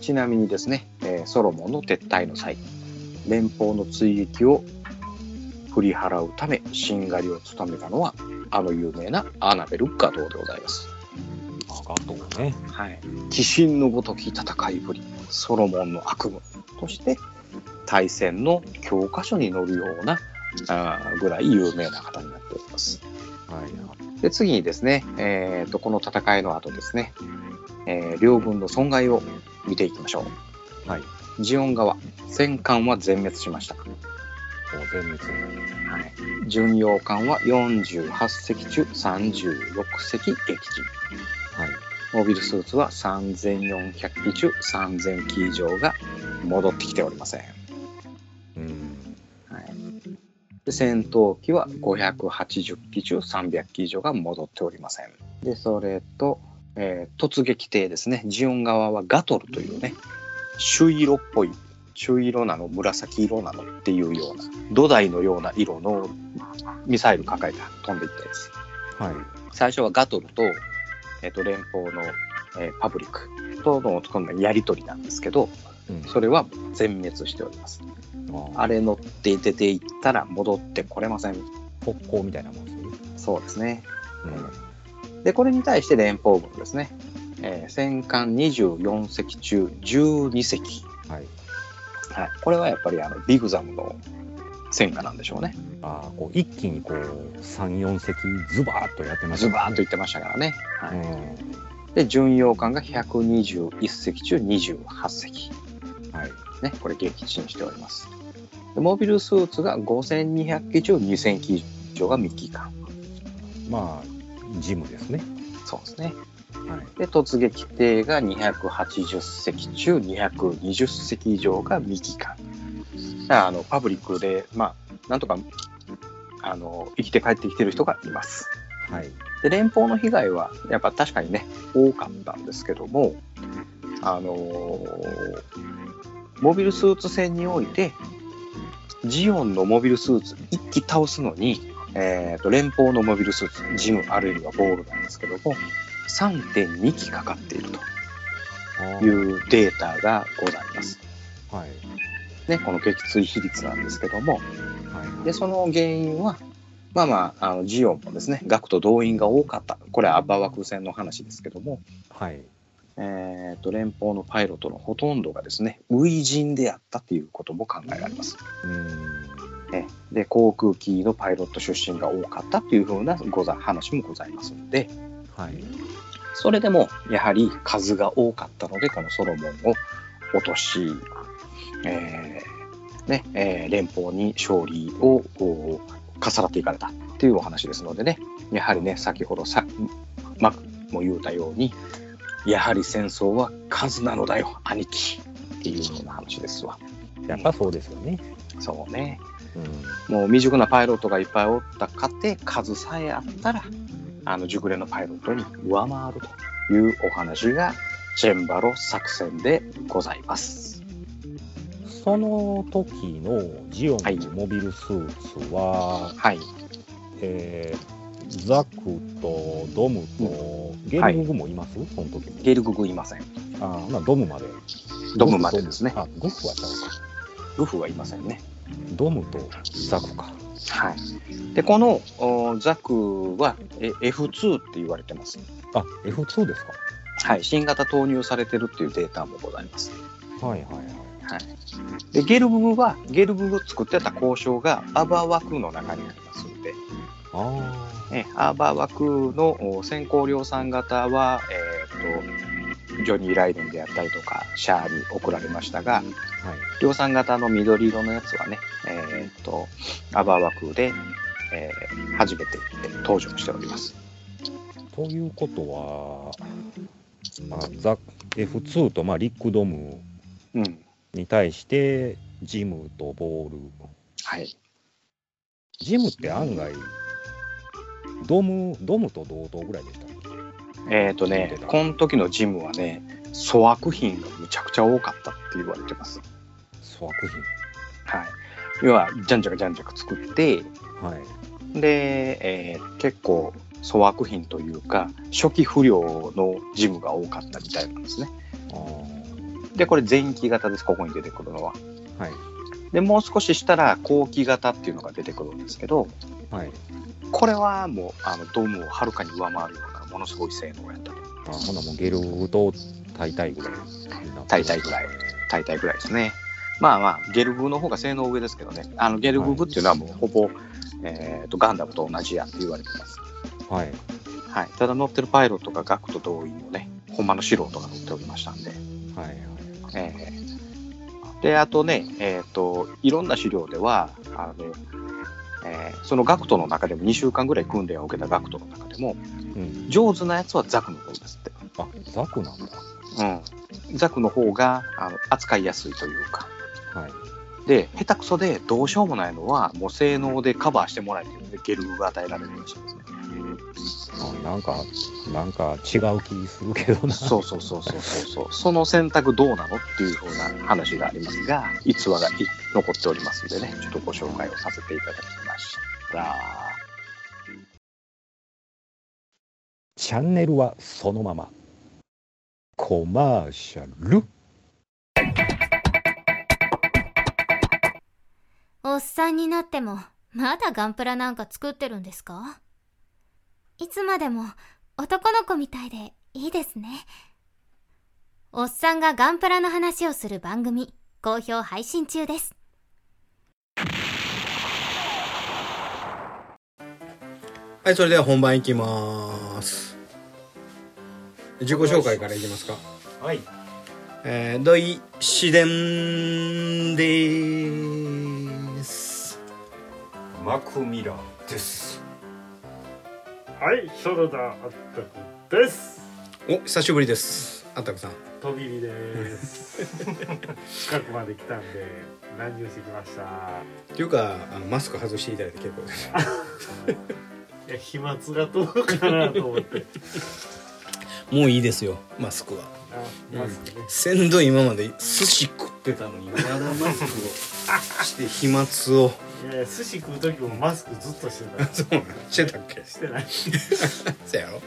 ちなみにですね、えーソロモンの撤退の際、連邦の追撃を振り払うためしんがりを務めたのはあの有名なアナベル・ガトーでございます。 あ、ガトーね。 はい。鬼神のごとき戦いぶり、ソロモンの悪夢として大戦の教科書に載るようなあぐらい有名な方になっております。 はい。 で次にですね、えー、とこの戦いの後ですね、えー両軍の損害を見ていきましょう。 はい。 ジオン側、戦艦は全滅しました。 こう全滅。 はい、巡洋艦はよんじゅうはち隻中さんじゅうろく隻撃沈。 はい。 モビルスーツはさんぜんよんひゃく機中さんぜん機以上が戻ってきておりません。 うん。 はい、で戦闘機はごひゃくはちじゅう機中さんびゃく機以上が戻っておりません。でそれと、えー突撃艇ですね。ジオン側はガトルというね、朱色っぽい、朱色なの紫色なのっていうような土台のような色のミサイル抱えて飛んでいったやつ。 はい。 最初はガトルと、えっと連邦の、えーパブリックとのこのやり取りなんですけど、 うん。 それは全滅しております。 ああれ乗って出ていったら戻ってこれません。 特攻みたいなもんですね。 そうですね。 うん。 でこれに対して連邦軍ですね、えー戦艦にじゅうよん隻中じゅうに隻、 はい。 はい、これはやっぱりあのビグザムの戦果なんでしょうね。 ああ、こう一気にこうさん、よん隻ズバーッとやってましたズバーンと言ってましたからね。はうい、で巡洋艦がひゃくにじゅういち隻中にじゅうはち隻、 ん。はい。 ね、これ撃沈しております。でモビルスーツがごせんにひゃく機中にせん機以上が未帰還。 まあジムですね。 そうですね。 はい。 で突撃艇がにひゃくはちじゅっ隻中にひゃくにじゅっ隻以上が未帰還。だからあのパブリックでまあなんとかあの生きて帰ってきてる人がいます。 はい。 で連邦の被害はやっぱ確かにね多かったんですけども、あのーモビルスーツ戦においてジオンのモビルスーツいっ機倒すのに、えー、と連邦のモビルスーツジムあるいはボールなんですけども さんてんに 機かかっているあというデータがございます。 あ。はい。 ね、この撃墜比率なんですけども、 はい。 でその原因はまあまああのジオンもですね学徒動員が多かった、これはアバワク戦の話ですけども、 はい。 えー、と連邦のパイロットのほとんどがですね初陣であったということも考えられます。 うーん。 ね、で航空機のパイロット出身が多かったというふうなござ話もございますので、 はい。 それでもやはり数が多かったのでこのソロモンを落とし、えーねえー連邦に勝利をこう重なっていかれたというお話ですのでね、やはりね先ほどさマクも言うたようにやはり戦争は数なのだよ兄貴っていうような話ですわ。 やっぱそうですよね。 そうね、 うん。 もう未熟なパイロットがいっぱいおったかて数さえあったらあの熟練のパイロットに上回るというお話がチェンバロ作戦でございます。 その時のジオンのモビルスーツは、 はい、 えーザクとドムとゲルググもいます、その時に。 ゲルググいません。 ああ、まあドムまで。 ドムまでですね。 あ、グフはちゃうか。 グフはいませんね。 ドムとザクか。 はい。でこのおザクはえ エフツー って言われてます。 あ、エフツー ですか。 はい、新型投入されてるっていうデータもございます。 はいはいはい。 はい。でゲルググはゲルググを作ってた交渉がアバ枠の中にありますので。 ああ。 ね、アーバー枠の先行量産型は、えー、とジョニー・ライデンであったりとかシャアに送られましたが、 はい。 量産型の緑色のやつはね、えー、とアーバー枠で、えー初めて登場しております。 ということは、あザ エフツー と、まあ、リックドムうんに対してジムとボール。 はい、 ジムって案外ドムドムと同等ぐらいでしたっけ？ えっ、とねこの時のジムはね粗悪品がむちゃくちゃ多かったって言われてます。 粗悪品。 はい、要はじゃんじゃかじゃんじゃか作ってはい。 で、えー結構粗悪品というか初期不良のジムが多かったみたいなんですね。 あでこれ前期型です。ここに出てくるのは。 はい。 でもう少ししたら後期型っていうのが出てくるんですけど、 はい。 これはもうあのドームをはるかに上回るようなものすごい性能やったと。 あ、ほなもうゲルグと大体ぐらい。 大体ぐらい。大体ぐらいですね。まあまあゲルグの方が性能上ですけどね。あのゲルグっていうのはもうほぼ、えー、とガンダムと同じやって言われてます。 はい。 はい。ただ乗ってるパイロットがガクと同員のね、ほんまの素人が乗っておりましたんで。 はいはい。 えー、であとね、えー、といろんな資料ではあの、えー、そのガクトの中でもにしゅうかんぐらい訓練を受けたガクトの中でも、うん、上手なやつはザクの方ですって。 あ、ザクなんだ。 うん。ザクの方があの扱いやすいというか。 はい。 で下手くそでどうしようもないのはもう性能でカバーしてもらえているのでゲルグが与えられるらしいですね。 あ、なんかなんか違う気するけどな。 そうそうそうそうそうそう。その選択どうなのっていうふうな話がありますが、逸話が残っておりますのでね、ちょっとご紹介をさせていただきました。 チャンネルはそのまま。コマーシャル。 おっさんになってもまだガンプラなんか作ってるんですか？いつまでも男の子みたいでいいですね。おっさんがガンプラの話をする番組好評配信中です。 はい、それでは本番いきます。自己紹介からいきますか。 はい。 えー、土井紫伝でーす。 マクミラーです。 はい、園田あったくです。 お、久しぶりです。あったくさん。 飛び火です。近くまで来たんで乱入してきました。 っていうかあのマスク外していただいて結構です。 いや飛沫が飛ぶかなと思って。 もういいですよマスクは。 あ、マスクね。 せんど今まで寿司食ってたのにまだマスクをして飛沫を。 いやいや寿司食う時もマスクずっとしてた。 そうなんしてたっけ？ してない。 そうやろ。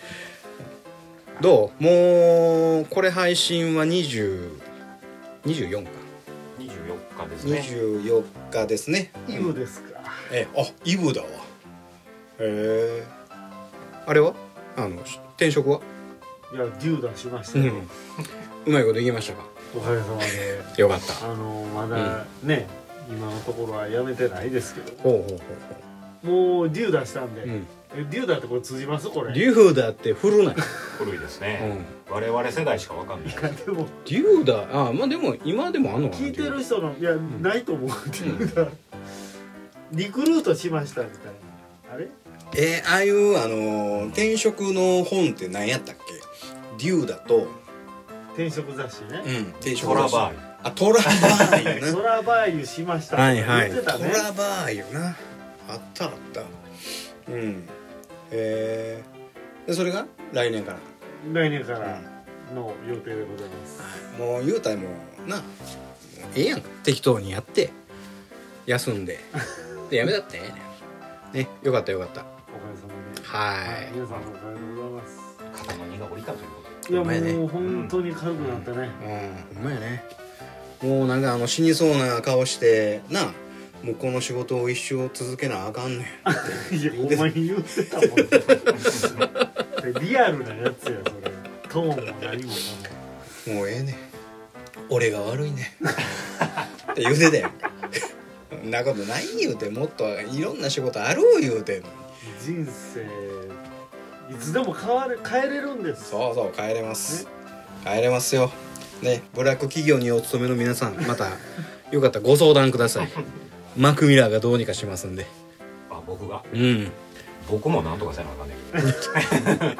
どう？もうこれ配信はにじゅう、にじゅうよんか。 にじゅうよっかですね。 にじゅうよっかですね。 イブですか。 え、あ、イブだわ。へえ。あれは？あの転職は？ いやデューダしましたよ。 うん、うまいこといきましたか？ おかげさまで。 よかった。 あのまだね、うん、今のところはやめてないですけど。 ほうほうほうほう。もうデューダしたんで。うん、 えデューダってこれ通じますこれ？ デューダって古ない？ 古いですね。うん、我々世代しかわかんない。いやでもデューダ、あ、まあでも今でもあんのかな。 聞いてる人のいや、うん、ないと思う。デューダ、リクルートしましたみたいな。あれ？ えー、ああいうあの転職の本って何やったっけ？デューダと転職雑誌ね。 うん、転職トラバーユ。 あ、トラバーユな。 トラバーユしました。 はいはい。 言ってたね、 トラバーユな。あったあった。うん。えー、でそれが来年から来年からの予定でございます、 うん、もう言うたらもうな、もうええやん、適当にやって休んででやめたってええねんね。よかったよかった。おかげさまで。はい、皆さんもおかげでございます。 肩の荷が下りたということ。 いや、ね、もう本当に軽くなったね。 うん、ほんまやね。もうなんかあの死にそうな顔してな、もうこの仕事を一生続けなあかんねん。 いや、お前言ってたもん。リアルなやつやそれ。トーンも何もかも。もうええねん。俺が悪いねん。って言うてたやんか。そんなことない言うて、もっといろんな仕事ある言うてんのに。 人生いつでも変わる変えれるんです。 そうそう、変えれます。ね、変えれますよ。ね、ブラック企業にお勤めの皆さん、またよかったらご相談ください。マクミラーがどうにかしますんで。 あ、僕が。 うん。 僕もなんとかせなあかんねんけど。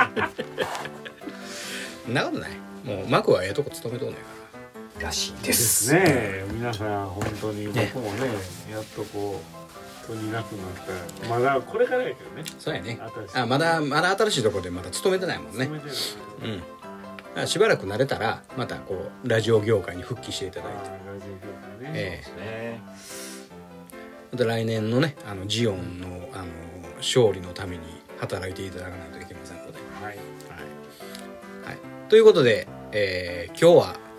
そんなことない。もうマクはええとこ勤めとんねんから。 らしいですねえ、皆さん本当に僕もね、ねやっとこうとになくなった。まだこれからやけどね。 そうやね。あ、まだまだ新しいところでまだ勤めてないもんね。勤めてない。うん。しばらく慣れたらまたこうラジオ業界に復帰していただいて。ラジオ業界ね。ええ。また来年のね、あのジオンのあの勝利のために働いていただかないといけませんので。はいはいはい。ということで、えー、今日は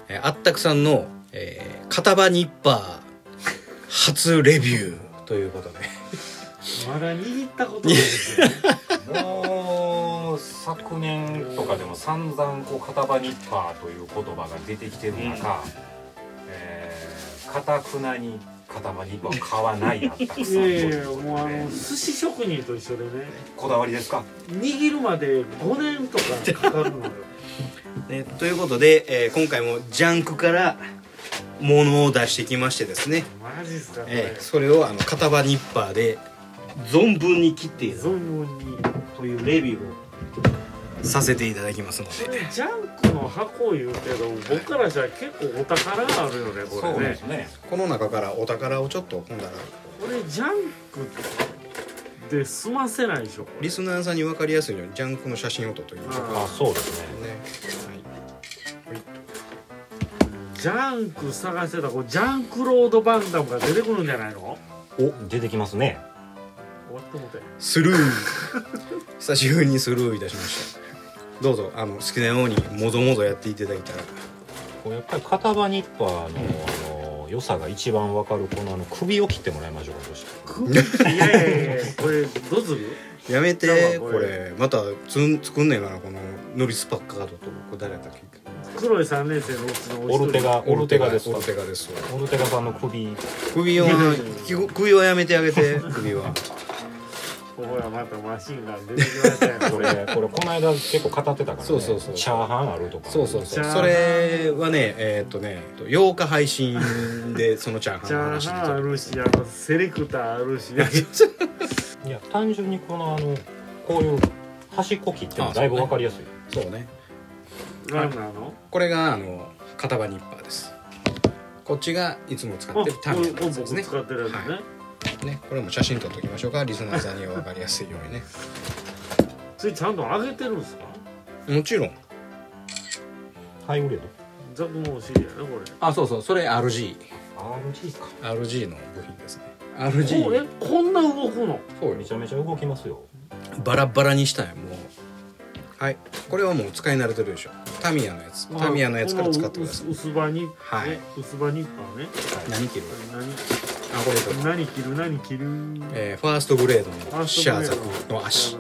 えー、あったくさんの、えー、片場ニッパー初レビューということでまだ握ったことないですよもう昨年とかでも散々こう片場ニッパーという言葉が出てきてる中、うん、えー、固くなに片場ニッパーを買わないあったくさんということで、 もうあの寿司職人と一緒でね、 こだわりですか。 握るまでごねんとかかかるのよね、ということで、えー、今回もジャンクから物を出してきましてですね、 マジっすか、 えー、それをあの片場ニッパーで存分に切っている存分にというレビューをさせていただきますので、 ジャンクの箱言うけど僕からしたら結構お宝があるよねこれね。 そうですね。 この中からお宝をちょっとほんだら、 これジャンクで済ませないでしょ。 リスナーさんに分かりやすいようにジャンクの写真を撮っておきましょうか。 あ、そうですね。 ね、はい、 ジャンク探してたらこれジャンクロードバンダムが出てくるんじゃないの？ お、出てきますね。 終わってもてスルー久しぶりにスルーいたしました。どうぞあの好きなようにもぞもぞやっていただいたら。 これやっぱり片場ニッパーの、うん、あの良さが一番分かるこのあの首を切ってもらいましょうか。 首いやいやいやこれどうする？ やめてこれ、これまたつん作んねえかなこのノリスパッカードとこれ誰だったっけ？ 黒いさんねん生のうちのオルテガオルテガです。 オルテガです。 オルテガさんの首首は首はやめてあげて首は。 ほらまたマシンガン出てきましたよこれこれこの間結構語ってたからね。 そうそうそう。 チャーハンあるとか。 そうそうそう。それはねえー、っとねようか配信でそのチャーハンの話チャーハンあるし、あのセレクターあるし、ね、 いや単純にこのあのこういう端っこ切ってもだいぶわかりやすい。 そうね。 何なの？ これがあの片場ニッパーです。こっちがいつも使ってるタミヤのやつですね。 使ってるやつね。はいね、これも写真撮っておきましょうか、リスナーさんには分かりやすいようにね。 それちゃんと上げてるんですか？ もちろん。 ハイグレード。 ザクのお尻やねこれ。 あ、そうそう、それ アールジー。 アールジー か。 アールジー の部品ですね。アールジー。 え、こんな動くの？ そうよ。 めちゃめちゃ動きますよ。 バラバラにしたんやもう。はい、これはもう使い慣れてるでしょ。タミヤのやつ。タミヤのやつから使ってください。 薄葉に、 はい。 薄葉ニッパーね。 何切る？ 何？ あ、これ何切る何切る？ えー、ファーストグレードのシャーザクの足。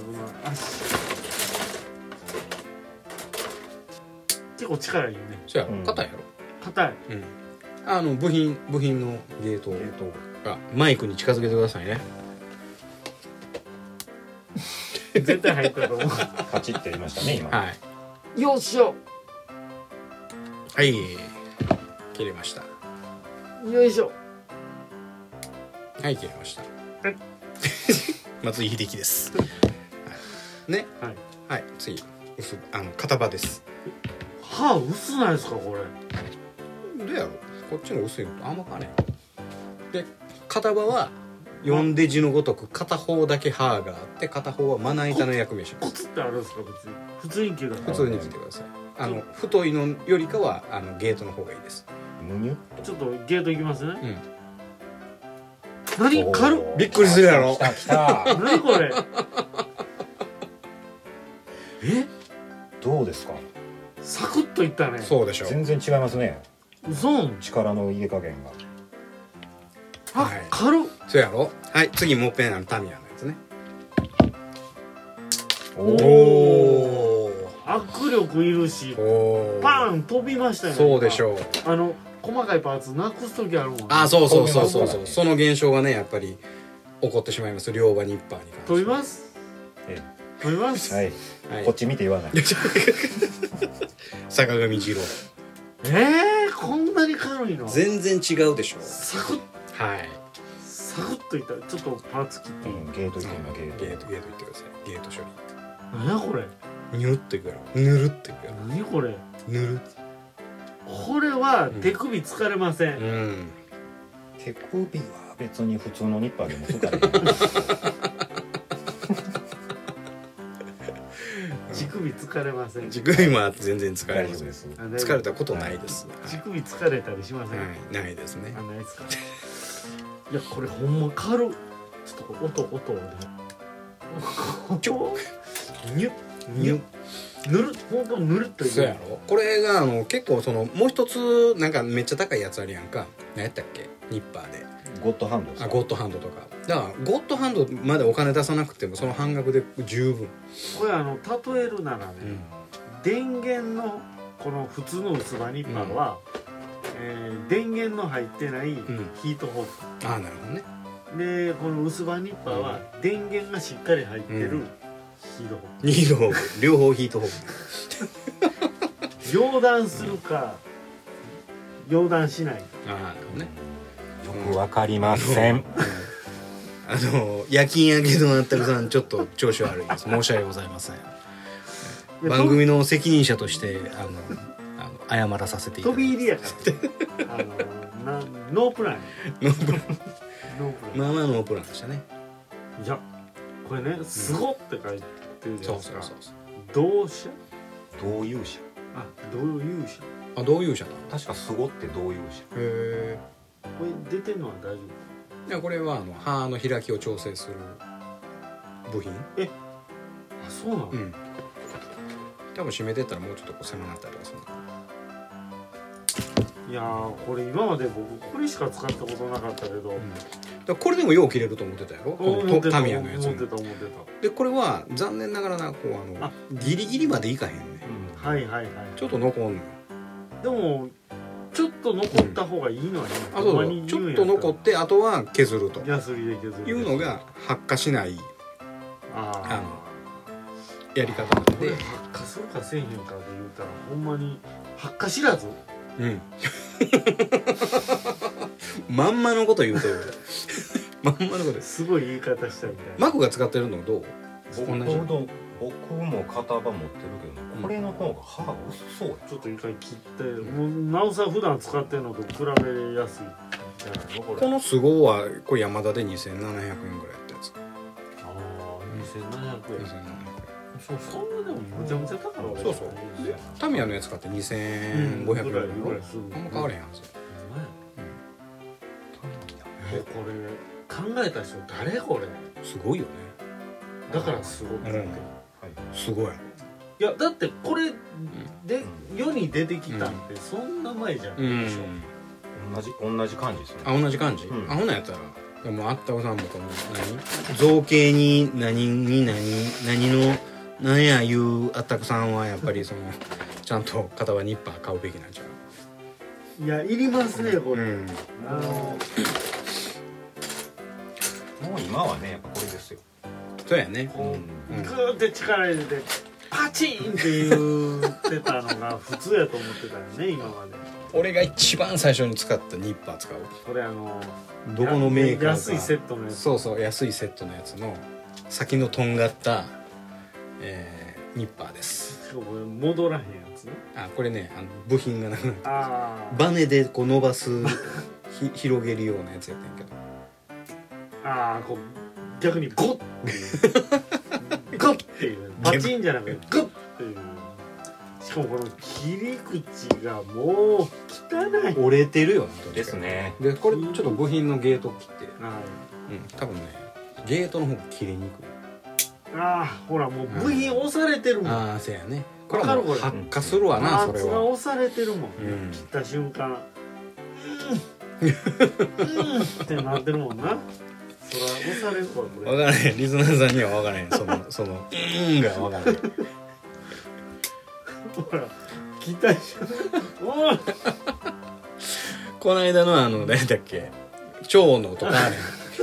結構力いいね。 そうやろ、硬いやろ。 硬い。 うん。あの部品部品のゲートがマイクに近づけてくださいね。 絶対入ったと思う。 カチッて言いましたね今。 はい。 よっしゃ。 はい。切れました。 よいしょ。 はい切れました。 はい。 松井秀喜です。はい、ね。はい。はい次薄あの片刃です。 歯薄ないですかこれ？ どうやろう。こっちの薄いのとあんまかね。で片刃はよんデジのごとく片方だけ刃があって片方はまな板の役目します。 コツってあるんですか別に？普通に切る。 普通に切ってください。あの太いのよりかはあのゲートの方がいいです。 ちょっとゲートいきますね。 うん。 何軽っ。 びっくりするやろ。 来た来た。 何これ。え？ どうですか？ サクッといったね。 そうでしょ。 全然違いますね。 嘘。 力の入れ加減が。 あ、はい、軽っ。 そうやろ。はい、次もっぺんあのタミヤのやつね。 おお。握力いるし、パン飛びましたよね。 そうでしょう。 あの細かいパーツなくす時あるもんね。 あ、そうそうそうそうそう。その現象がねやっぱり起こってしまいます。両刃ニッパーに関して。 飛びます。ええ、飛びます。 はい。はい、こっち見て言わない。 坂上二郎。 ええー、こんなに軽いの？ 全然違うでしょ。 サクッ。 はい。 サクッといったらちょっとパーツ切って、うん、 ゲートいってみよう。 ゲートゲートいってください。ゲート処理。 何やこれ？ ニュルっていくやろ。ぬるっていくやろ。 何これ？ ぬる。 これは手首疲れません。 うん。うん、 手首は別に普通のニッパーでも疲れる。 乳首疲れません。 乳首も全然疲れます。疲れたことないです。 乳首疲れたりしません。 はい、ないですね。 あ、ないですか。いやこれほんま軽っ。ちょっと音音で。 ちょ。ニュニュ。 ぬる本当ぬるっといそうやろ。これがあの結構そのもう一つなんかめっちゃ高いやつあるやんか。何やったっけニッパーで。 ゴッドハンドですあゴッドハンドとか。だからゴッドハンドまでお金出さなくてもその半額で十分。 これあの例えるならね、 うん電源のこの普通の薄刃ニッパーは、うんえー電源の入ってないヒートホーク、 ああなるほどね。 でこの薄刃ニッパーは電源がしっかり入ってるうんヒートホーク、 ヒートホーク両方ヒートホーク。 溶断するか溶断しないか。 ああなるほどね。 よくわかりません。 あの夜勤明けのあったくさんちょっと調子悪いです。申し訳ございません。番組の責任者としてあのあの謝らさせていただき飛び入りやからあのなノープランやノープランノープランまあまあノープランでしたね。 いやこれね「すご」って書いてるじゃそうないですか。 そうそうそう。 同社同友者。 あ同友者あ同友者なの。 確かすごって同友者。 へえ。 これ出てんのは大丈いやこれはあの刃の開きを調整する部品。 夫？あそうなの、 うん。多分閉めてったらもうちょっとこう狭なったりとかするのかいやーこれ今まで僕これしか使ったことなかったけど、 な。うん。だからこれでもよう切れると思ってたやろ。この思ってたタミヤのやつも思って。た思ってでこれは残念ながらなこうあのあギリギリまでいかへんね。 たはいはいはいちょっと残んのよ。 でもちょっと残った方がいいのはね、 あそうそうちょっと残ってあとは削るとヤスリで削るいうのが発火しないああのやり方なんこれで。 発火するかせえへんかで言うたらほんまに発火知らずうん。まんまのこと言うとる。まんまのことです。 すごい言い方したみたいなマクが使ってるのどう？ 僕同じ。 も僕も型番持ってるけど、 うんこれの方が歯が薄そうや。 ちょっと一回切ってもうなおさら普段使ってるのと比べやすいじゃないのこれこのスゴはこれヤマダでにせんななひゃくえんぐらいやったやつ。 ああにせんななひゃくえんにせんななひゃくそそんなでもむちゃむちゃ高いわけそうそうじゃないタミヤのやつ買ってにせんごひゃくえんぐらいぐらいするあんま変われへんはず。 ほんまやえこれ考えた人誰これすごいよね。 だからすごくて、 うんすごい。 いやだってこれで世に出てきたんってそんな前じゃん、 うんでしょ同じ同じ感じですね。 あ同じ感じ。 うんあほなやったらでもあったおさんもこの何造形に何に何何の何やいうあったくさんはやっぱりそのちゃんと片はニッパー買うべきなんちゃう。 いやいりますねこれ、 うん。 あのもう今はねやっぱこれですよ。 そうやね。 こうんうグーって力入れてパチンって言ってたのが普通やと思ってたよね今まで。 俺が一番最初に使ったニッパー使う。 これあのどこのメーカーか安いセットのやつ。 そうそう安いセットのやつの先のとんがった、えー、ニッパーです。 しかもこれ戻らへんやつね。 あこれねあの部品がなくなってあーバネでこう伸ばすひ広げるようなやつやったんやけどあーこう逆にゴッっていうゴッっていうパチンじゃなくてグッっていう。しかもこの切り口がもう汚い。 折れてるよねとにかくですね。 でこれちょっと部品のゲート切って、 はうん、多分ねゲートの方が切れにくい。 い、ああほらもう部品押されてるもん。 ああせやねこれはもうわかるこれ発火するわなパーツがそれは。 押されてるもん、 うん切った瞬間うんうんってなってるもんな。そら押されるわこれ。 分からへんリスナーさんには分からへんそのその「うん」が分からへん。 ほら切った瞬間うんこの間のあの何だっけ蝶のとかあれ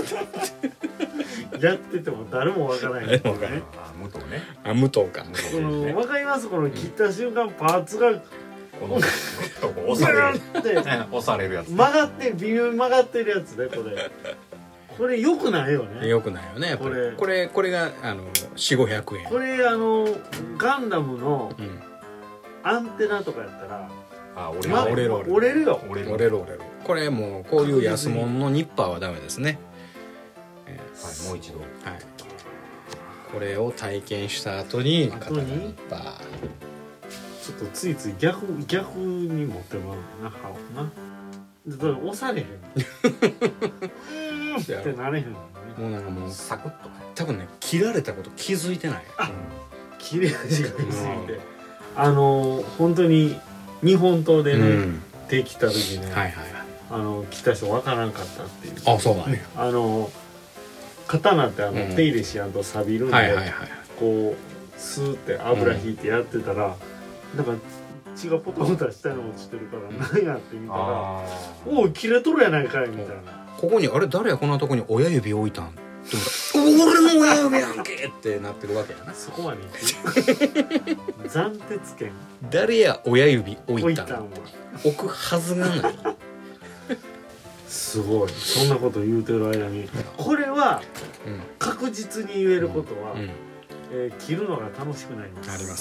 やってても誰もわからない、 誰もわからないあ武藤ね。 あ武藤かこのわかりますこの切った瞬間パーツがこのグッとこうギ押されるューって押されるやつ。 曲がって微妙に曲がってるやつねこれ。これ良くないよね。 よくないよねやっぱりこれこれこれがあのよんひゃくごひゃくえん。 これあのガンダムのうんアンテナとかやったらあ俺ま折れる折れる折れるよ。 折れる。 折れる折れるこれもうこういう安物のニッパーはダメですね。えはいもう一度。 ーはいこれを体験した後に後刀にニッパーちょっとついつい逆逆に持ってまうな歯をな。だから押されへん。うーんってなれへんのね。 もうなんかもうサクッとね。 多分ね切られたこと気づいてない。 あ切れ味が良すぎて、あの本当に日本刀でね、うん、手切った時ね、はいはいはい、あの切った人分からんかったっていう。 あ、そうだね。 あの刀ってあの、うん、手入れしやんと錆びるんで、はいはいはい、こうスーって油引いてやってたら、うん、なんか血がポタポタ下に落ちてるから、うん、何やって見たら、おお切れとるやないかいみたいな。 ここにあれ誰やこんなとこに親指置いたんって思ったら俺の親指やんけってなってるわけやな。 そこまで言って斬鉄剣誰や親指置いたん置くはずがないすごいそんなこと言うてる間にこれは確実に言えることは、うんうんえー、切るのが楽しくなります。 なります。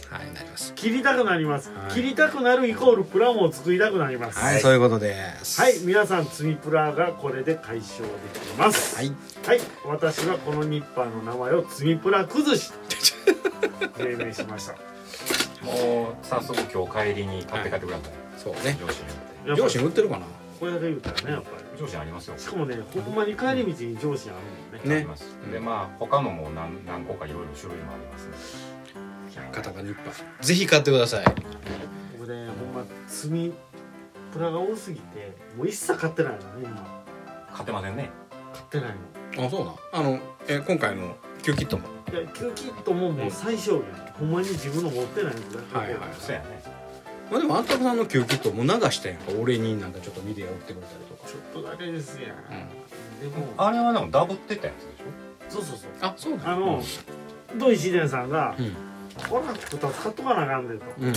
はい、はい、なります。 切りたくなります。はい、切りたくなるイコールプラモを作りたくなります。 はい、そういうことです。 はい、皆さん積みプラがこれで解消できます。はい、はい、私はこのニッパーの名前を積みプラ崩し命名しました。 もう早速今日帰りに買って帰ってください。 そうね。 上司に上司に売ってるかな。 これで言うたらねやっぱり。 上司ありますよ。 しかもね、ほんまに帰り道に上司あるもんね。 ね。あります。でまあ他のも何何個かいろいろ種類もありますね。 片場ニッパーぜひ買ってください。 僕ねほんま積みプラが多すぎてもう一切買ってないのね今。 買ってませんね。 買ってないの。あそうな。あのえ今回のQキットも。 いやQキットももう最小限。ほんまに自分の持ってないやつだけ。 はいはい。そうやね。まあでもあんたさんのQキットも流したやんか。俺になんかちょっと見てやってくれたりとか。 ちょっとだけですやん。 うん、でもあれはでもダブってたやつでしょ。そうそうそう。 あそうだ。 あの土井紫伝さんが、うん、これはふたつ買っとかなあかんでと。うん、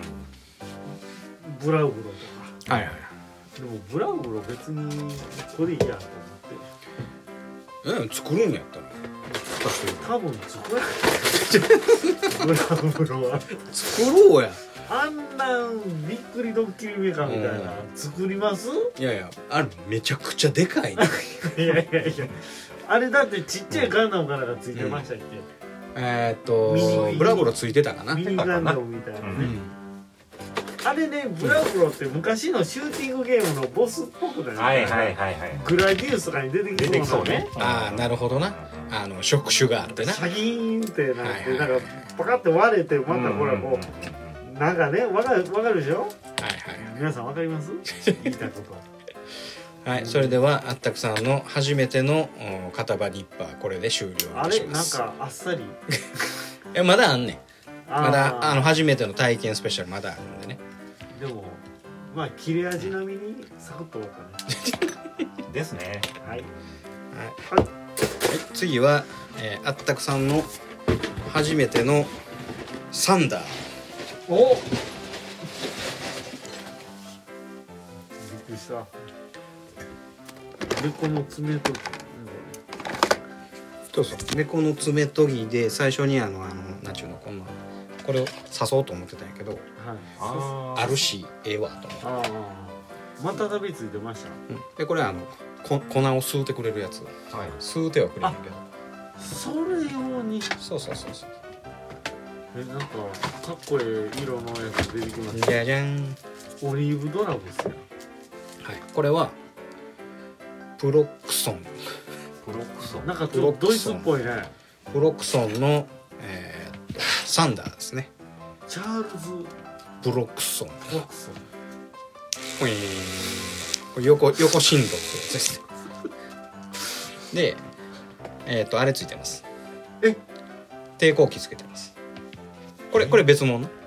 ブラウブロとか。はいはい。でもブラウブロ別にこれいいやと思って。え作るんやったら。 多分作らないブラウブロは作ろうや。 あんなびっくりドッキリメーカーみたいな、うん、作ります？ いやいやあれめちゃくちゃでかい、ね、 いやいやいやあれだってちっちゃいガンダムからがついてましたっけ、 うん、えー、っとブラボロついてたかなミニガンダムみたいなね、うん、あれねブラボロって昔のシューティングゲームのボスっぽくだよね、 はいはいはいはい、 グラディウスとかに出てきそうなねああなるほどなあの触手があってなシャギーンってなって、はいはいはい、なんかパカッて割れてまたほらこうなんかねわかるわかるでしょはいはい皆さんわかります言いたいことはいそれではあったくさんの初めての片場ニッパーこれで終了いたします。 あれなんかあっさりえまだあんねんまだあの初めての体験スペシャルまだあるんでねでもまあ切れ味並みにサクッと終わったねですねはい、はいはいはい、次は、えー、あったくさんの初めてのサンダーおびっくりした猫の爪研ぎそうそう猫の爪研ぎで最初にあのあのなんちゅうのこんなこれを刺そうと思ってたんやけど、はい、あ, あるしええわと思ってあまた食べついてました、 うん、でこれあのこ粉を吸うてくれるやつ、はい、吸うてはくれるけどそれ用にそうそうそうそうえなんかかっこいい色のやつ出てきました。 じゃじゃんオリーブドラゴスやはいこれはプロクソンプロクソンなんかちょっとドイツっぽいねプロクソンの、えー、っとサンダーですねチャールズプロクソンプロクソンこれ横横振動ってやつですでえー、っとあれついてますえ抵抗器つけてますこれこれ別物ね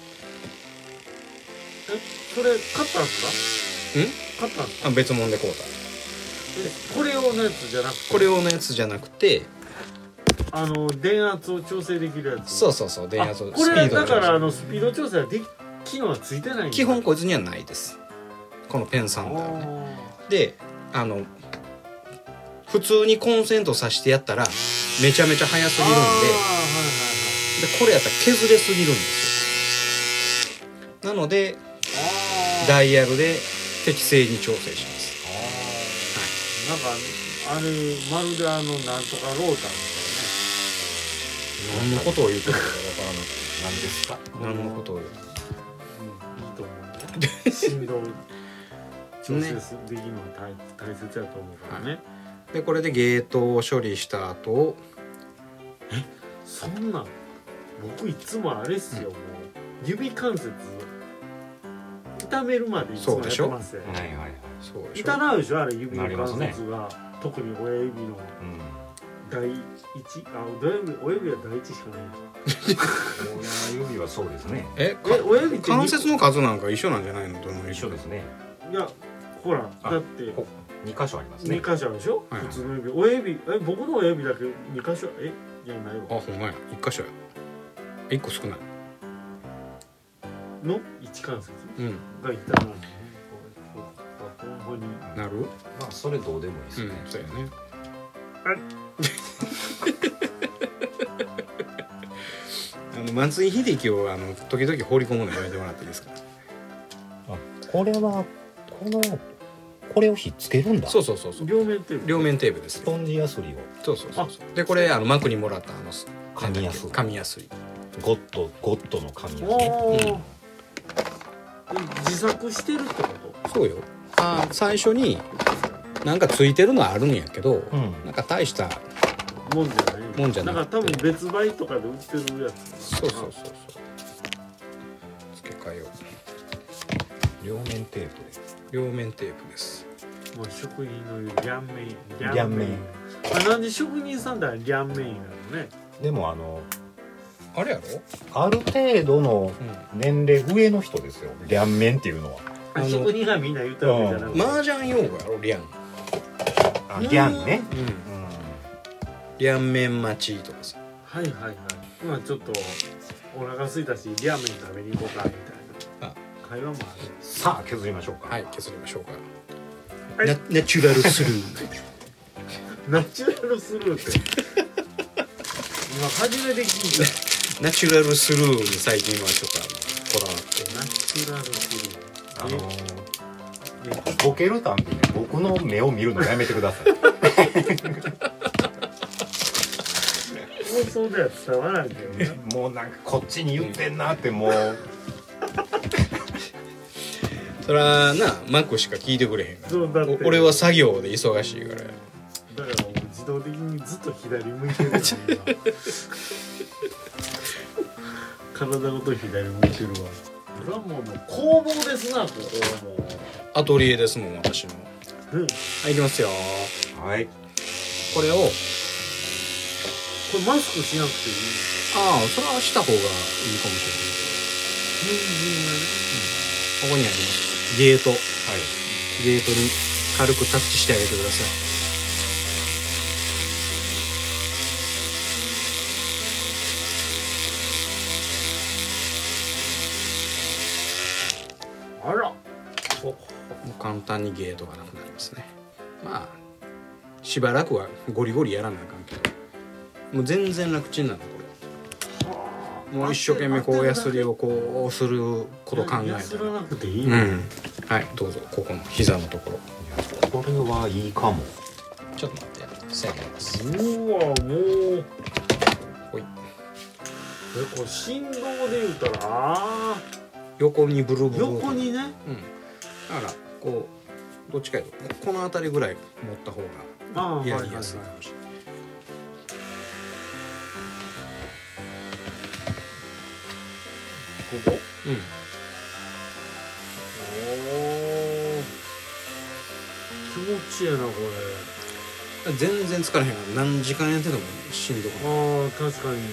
えそれ買ったんすかん買ったんすかあ別物で買うたえこれ用のやつじゃなくてこれ用のやつじゃなくてあの電圧を調整できるやつそうそうそう電圧をこれだからあのスピード調整はで機能はついてないんだ基本こいつにはないですこのペンサンダーはねであの普通にコンセント挿してやったらめちゃめちゃ速すぎるんで、はいはいはい、でこれやったら削れすぎるんですよなのでダイヤルで適正に調整しますあ、はい、なんかあれまるであのなんとかローターみたいな何のことを言ってるかわからなくて何ですか何のことを言う、 うん、いいと思う振動調整できるのは 大, 大切やと思うからね、はいでこれでゲートを処理した後えそんな僕いつもあれっすよ、もう指関節痛めるまでいつもやってますよ。 はいはいはい。 そうでしょ。 痛なるでしょあれ、指の関なりますね節が、特に親指のうん。 第一、あ、親指、親指は第一しかない親指はそうですね。 え、 え親指って関節の数なんか一緒なんじゃないの？どの指一緒ですね。 いや、ほらあだってこ二箇所ありますね。 に箇所あるでしょ、 はいはい普通の指、親指、え僕の親指だけに箇所、えいやないあ、 わほんまや。一箇所や。一個少ない。 の一関節うん。 が痛なるのね、これほんまになる？ まあそれどうでもいいですうんね。、 そうやね。あの松井秀喜をあの時々放り込むのやめてもらっていいですか？ あ、これはこのこれをひっつけるんだ。 そうそうそうそう。 両面テープ両面テープですス。ポンジヤスリをそうそうそうそう。でこれあのマクにもらったあの紙やす紙やすり。 ゴッドゴッドの紙やすおり。 ー、 うん自作してるってこそうよ。あ、最初になんかついてるのはあるんやけど、 うん。 なんか大したともんじゃないもんじゃなくてんか多分別売とかで売ってるやつ。 そうそうそうそう。付け替えよう。 両面テープで。 両面テープです。 まあ職人の言う両面両面まあ、なんで職人さんだら両面なのね。 でもあのあれやろ？ ある程度のう年齢上の人ですよ。両面っていうのは。 あの職人がみんな言ったわけじゃなくん。 て、 麻雀用語やろ？リャン。 あ、ギャンね。 うん。 うん。 リャン面待ちとかさ。 はいはいはい。今ちょっとお腹空いたし両面食べに行こうかみたいなあ会話もある。 さあ削りましょうか。 はい、削りましょうか。 はいナナチュラルスルー。 ナチュラルスルーって今初めて聞いた。 ナチュラルスルーに最近はちょっとあのこだわって。 ナチュラルスルー。 あのえー、ボケるたんびに僕の目を見るのやめてください。 放送では伝わらんけどね。 もうなんかこっちに言ってんなってもう。 そらな、マックしか聞いてくれへんから。 そうだってお俺は作業で忙しいから。 だからもう自動的にずっと左向いてるよ今体ごと左向いてるわ。これはもう工房ですな、ここはもアトリエですもん、私の。 う。ね、 はい、いきますよ。 はい。 これを、 これマスクしなくていい。 ああ、それはした方がいいかもし人参がね。 れない。ここにあります。ゲート。 はい。 ゲートに軽くタッチしてあげてください。 あら。 もう簡単にゲートがなくなりますね。まあしばらくはゴリゴリやらなあかんけど、もう全然楽ちんなのこれ。もう一生懸命こうヤスリをこうすること考えやすらたら、 なくていいの。 うん、はいどうぞ。ここの膝のところこれはいいかも。 ちょっと待って、線入れます。 うわ、もう。 ほい。 え、これ振動で言うたら、あ横にブルあ、 ブル横にね。 うん、だからこうどっちかいうとこの辺りぐらい持った方ああ、 がやりやすいはいはいはいかもしれない。 ここ。 うんおお。気持ちいいな、こ全然疲れへんから何時間やっててもしんどくない。 れ。ああ、確かに。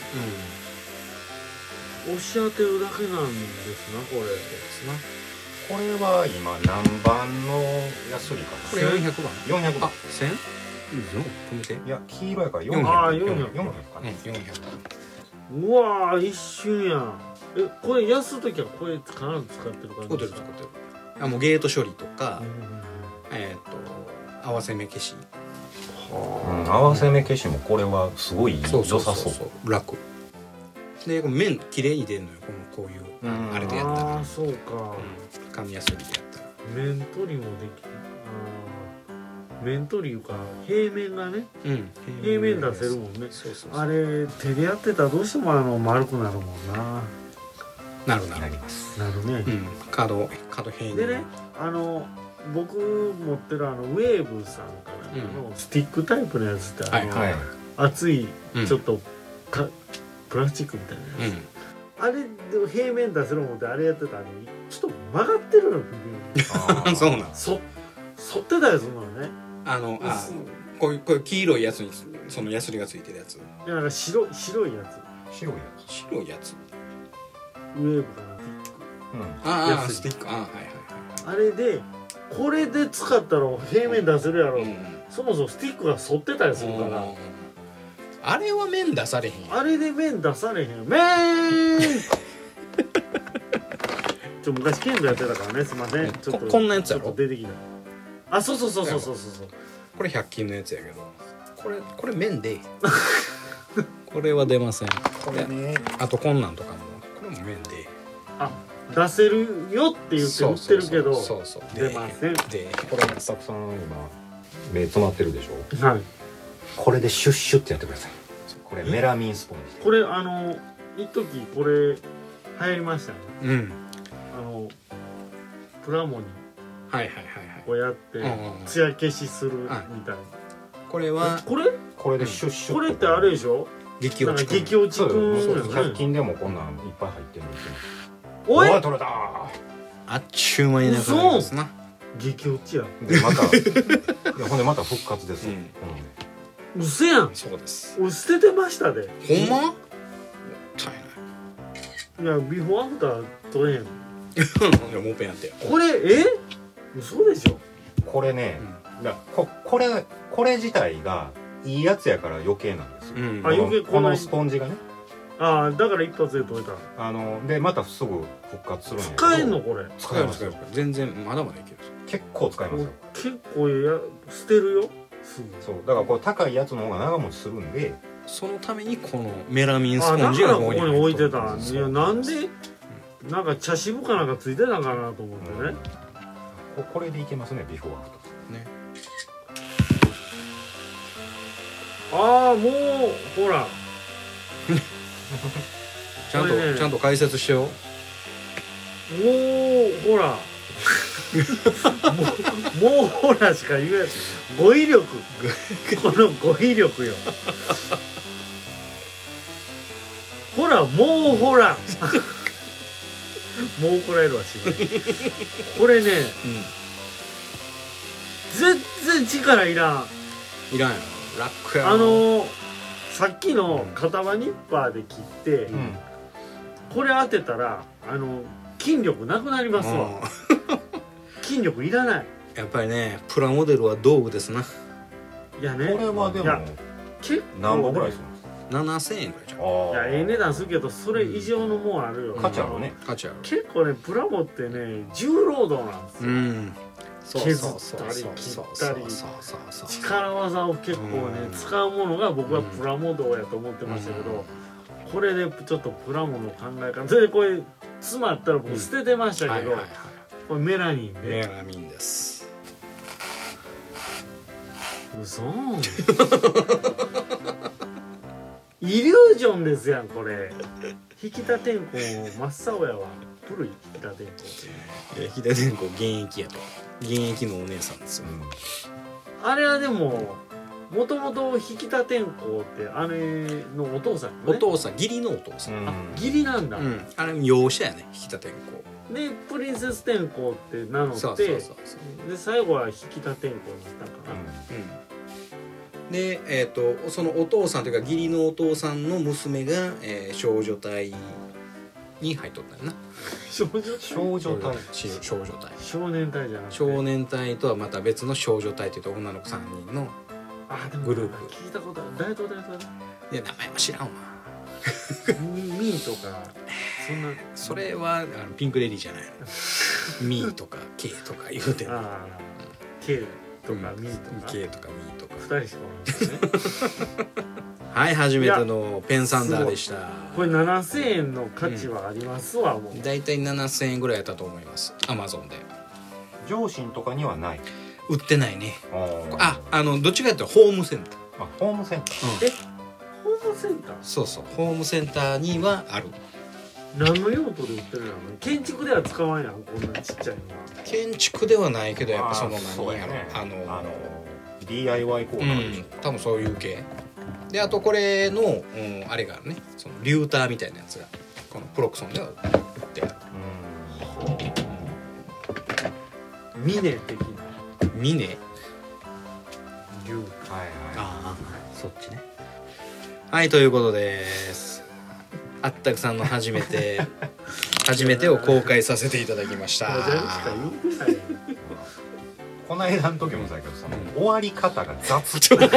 うん、 押し当てるだけなんですな、これ。 ですな。 これは今何番のヤスリかこれよんひゃくばん。 な。よんひゃくばあん。、 千？いいぞ。止めて。 いや黄色やからよんひゃく。 あーよんひゃくよんひゃくかうん、 な。 よんひゃく。 うわー、一瞬やん。え、これ、やすときはこれ、かなり使ってる感じ使ってる使ってる。あ、もうゲート処理とかう、んえっと合わせ目消し。 うん、合わせ目消しもこれはすごい良さそう。 う。楽。で、面綺麗に出るのよ。このこういううんあれでやったらああ、、そうか。 うん、紙やすりでやったら。 面取りもできる。あー面取りいうか、平面がね、 うん、 平面出せるもんね。 そうそうそう。 あれ、手でやってたらどうしてもあの丸くなるもんな。 なるなるなり。ます。 なるねう。ん、角角平でね、あの僕持ってるあのウェーブさんからのスティックタイプのやつってあの、 はいはい。 熱いうんちょっとかプラスチックみたいなやつ、 うんあれで平面出せる思ってあれやってたらちょっと曲がってるのあそうなんそ反ってたりするのね。 あのあこういうこういう黄色いやつにそのヤスリがついてるやついやなんか白い白いやつ白いやつ。 白いやつウェーブかなティックうん。 ああヤスリスティックああはいはいあれでこれで使ったら平面出せるやろ、 はい、うんそもそもスティックが反ってたりするから、 あれは面出されへんやんあれで面出されへんよ麺ちょ昔剣道やってたからねすいませんちょっとここんなやつやろちょっと出てきたあそうそうそうそうそうそうこれひゃく均のやつやけどこれこれ面でこれは出ませんこれね。 あとこんなんとかもこれも面であ出せるよって言って売ってるけどそうそう出ませんでこれスタッフさん今目詰まってるでしょ。 はいこれでシュッシュってやってください。これメラミンスポンジ。 これあの一時これ流行りましたねうんあのプラモにはいはいはいはいこうやってうんうんうん艶消しするみたいな、 これはこれこれでシュッシュ。 これってあれでしょ激落ちなんか激落ちくんそうよひゃくね均でもこんなんいっぱい入ってるの。 おいおい取れたあっちゅう間になくなりますな激落ちやー。でまたいやほんでまた復活ですよ。 うんうせやんそうです俺捨ててましたでほんまもったいないいやビフォーアフター取れへんいやもうペンやってよこれえ嘘でしょこれね、いやここれこれ自体がいいやつやから余計なんですよ。 うんあ余計このスポンジがね。 ああだから一発で取れたあのでまたすぐ復活するんやけど。 使えんのこれ使える使える全然まだまだいける結構使えますよ。 結構や捨てるよすぐそうだからこれ高いやつの方が長持ちするんで。 そのためにこのメラミンスあポンジだからここがここにに置いてた入っとるいやなんでなんか茶渋かなんかついてたんかなと思ってね、 ここれでいけますねビフォーアフター。 ねああもうほらちゃんと、 これねちゃんと解説してよもうほらもうもうほらしか言えない語彙力この語彙力よほらもうほらもう怒られるわしまいこれね、全然力いらんいらんやろラックやろあのー、さっきの片刃ニッパーで切って、 うんこれ当てたらあの筋力なくなりますわうん筋力いらないやっぱりねプラモデルは道具ですないやねこれはでもいや結構何本ぐらいするんですか。 ななせんえんぐらいじゃんいあやええ値段するけどそれ以上のもんあるよ、 価値あるね。 価値ある結構ねプラモってね重労働なんですよ、 うん削ったり切ったり力技を結構ねうん使うものが僕はプラモ道やと思ってましたけど、これでちょっとプラモの考え方でこれ詰まったら僕捨ててましたけど、 はいはいはいこれメラニンメでラミンです嘘イリュージョンですやんこれ引田天功真っ青やわ古い引田天功えー秀伝子現役やと現役のお姉さんですよ、 あれはでももともと引田天功ってあれのお父さんよねお父さん義理のお父さん、 あ義理なんだ、 うん、あれ養子やね引田天功でプリンセス天功って名乗ってそうそうそうそうで最後は引田天功になったんかな、 うん、で、えー、とそのお父さんというか義理のお父さんの娘が、えー少女隊に入っとったよな少女隊少女隊。 し少女隊少年隊じゃなくて少年隊とはまた別の少女隊というと女の子さんにんのあでもグループ聞いたことある大東大東いや名前は知らんわミミーとかそんなそれはあのピンクレディーじゃないのミーとか K とか言うてんのああ K とかミーとか K とかミーとかふたりしかおらんですねはい初めてのペンサンダーでしたこれななせんえんの価値はありますわ、もうだいたいななせんえんぐらいやったと思いますアマゾンで上信とかにはない。 売ってないねあああのどっちかというとホームセンターあホームセンター。 えホームセンターそうそうホームセンターにはある何の用途で売ってるの建築では使わんやんこんなちっちゃいのは建築ではないけどやっぱそのあーそう何やろやねあのあの ディーアイワイ コーナーでしょ。 うん多分そういう系であとこれの、うん、あれがねそのリューターみたいなやつがこのプロクソンでは売ってある、 うん、ミネ的なミネリューター、 はいはい、 ああそっちね。はいということです。あったくさんの初めて初めてを公開させていただきました。 この間の時もさけどさ、うん、終わり方が雑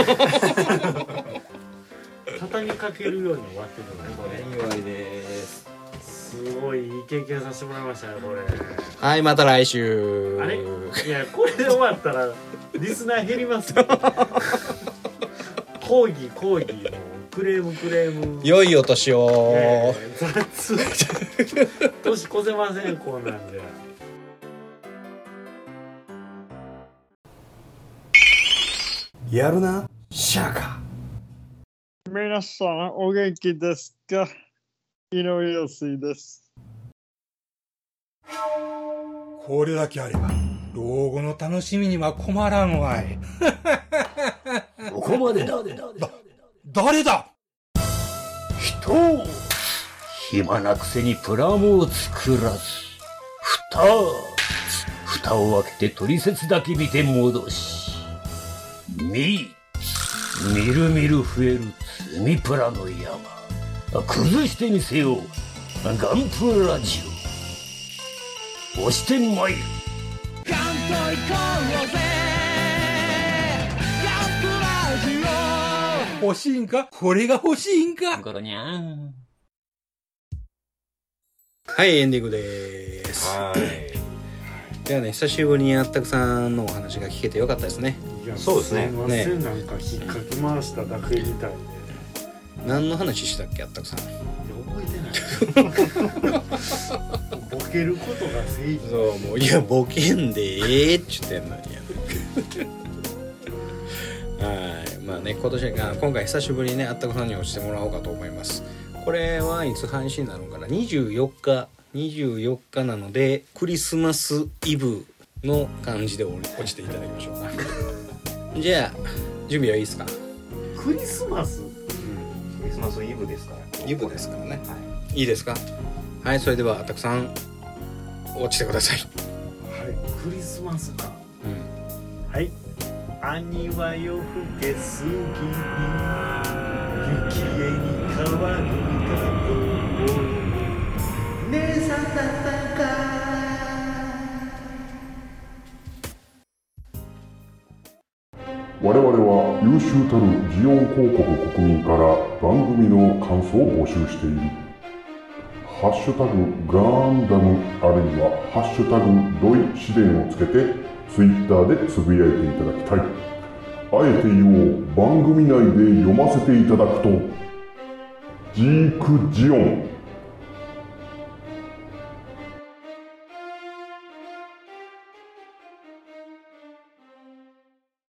畳みかけるように終わってるねこれ。 いい終わりです。 すごいいい経験させてもらいましたねこれ。 はいまた来週。 あれいやこれで終わったらリスナー減りますよ抗議抗議もうクレームクレーム。 良いお年を。 雑年越せませんこんなんじゃ。 やるなシャカ。 皆さんお元気ですか。井上陽水です。 これだけあれば老後の楽しみには困らんわいここまでだ。だ誰だ。 人を暇なくせにプラモを作らず、蓋蓋を開けて取説だけ見て戻し、みみるみる増える積みプラの山、崩してみせようガンプラジオ。押してまいる。ガンといこうぜガンプラジオ。 欲しいんか。これが欲しいんか。 ゴロニャン。 はいエンディングです。はいではね久しぶりにあったくさんのお話が聞けてよかったですね。 いやそうですね。 すいません、ね、なんか引っかき回しただけみたいで。 何の話したっけあったくさん。 覚えてないボケることが正義。 そうもういやボケんでええっちゅってんのにはいまあね今年あ今回久しぶりにねあったくさんに落ちてもらおうかと思います。これはいつ配信なのかな。にじゅうよっかにじゅうよっかなのでクリスマスイブの感じで落ちていただきましょうかじゃあ準備はいいですか。 クリスマス、うん、 クリスマスイブですから。 イブですからね、はい、いいですか。はいそれではたくさん落ちてください。 はいクリスマスか、 うん、 はい兄は夜更けすぎに雪絵に変わるだと姉さんだったか。 我々は優秀たるジオン広告国民から番組の感想を募集している。ハッシュタグガンダムあるいはハッシュタグドイ試練をつけてツイッターでつぶやいていただきたい。あえて言おう番組内で読ませていただくとジークジオン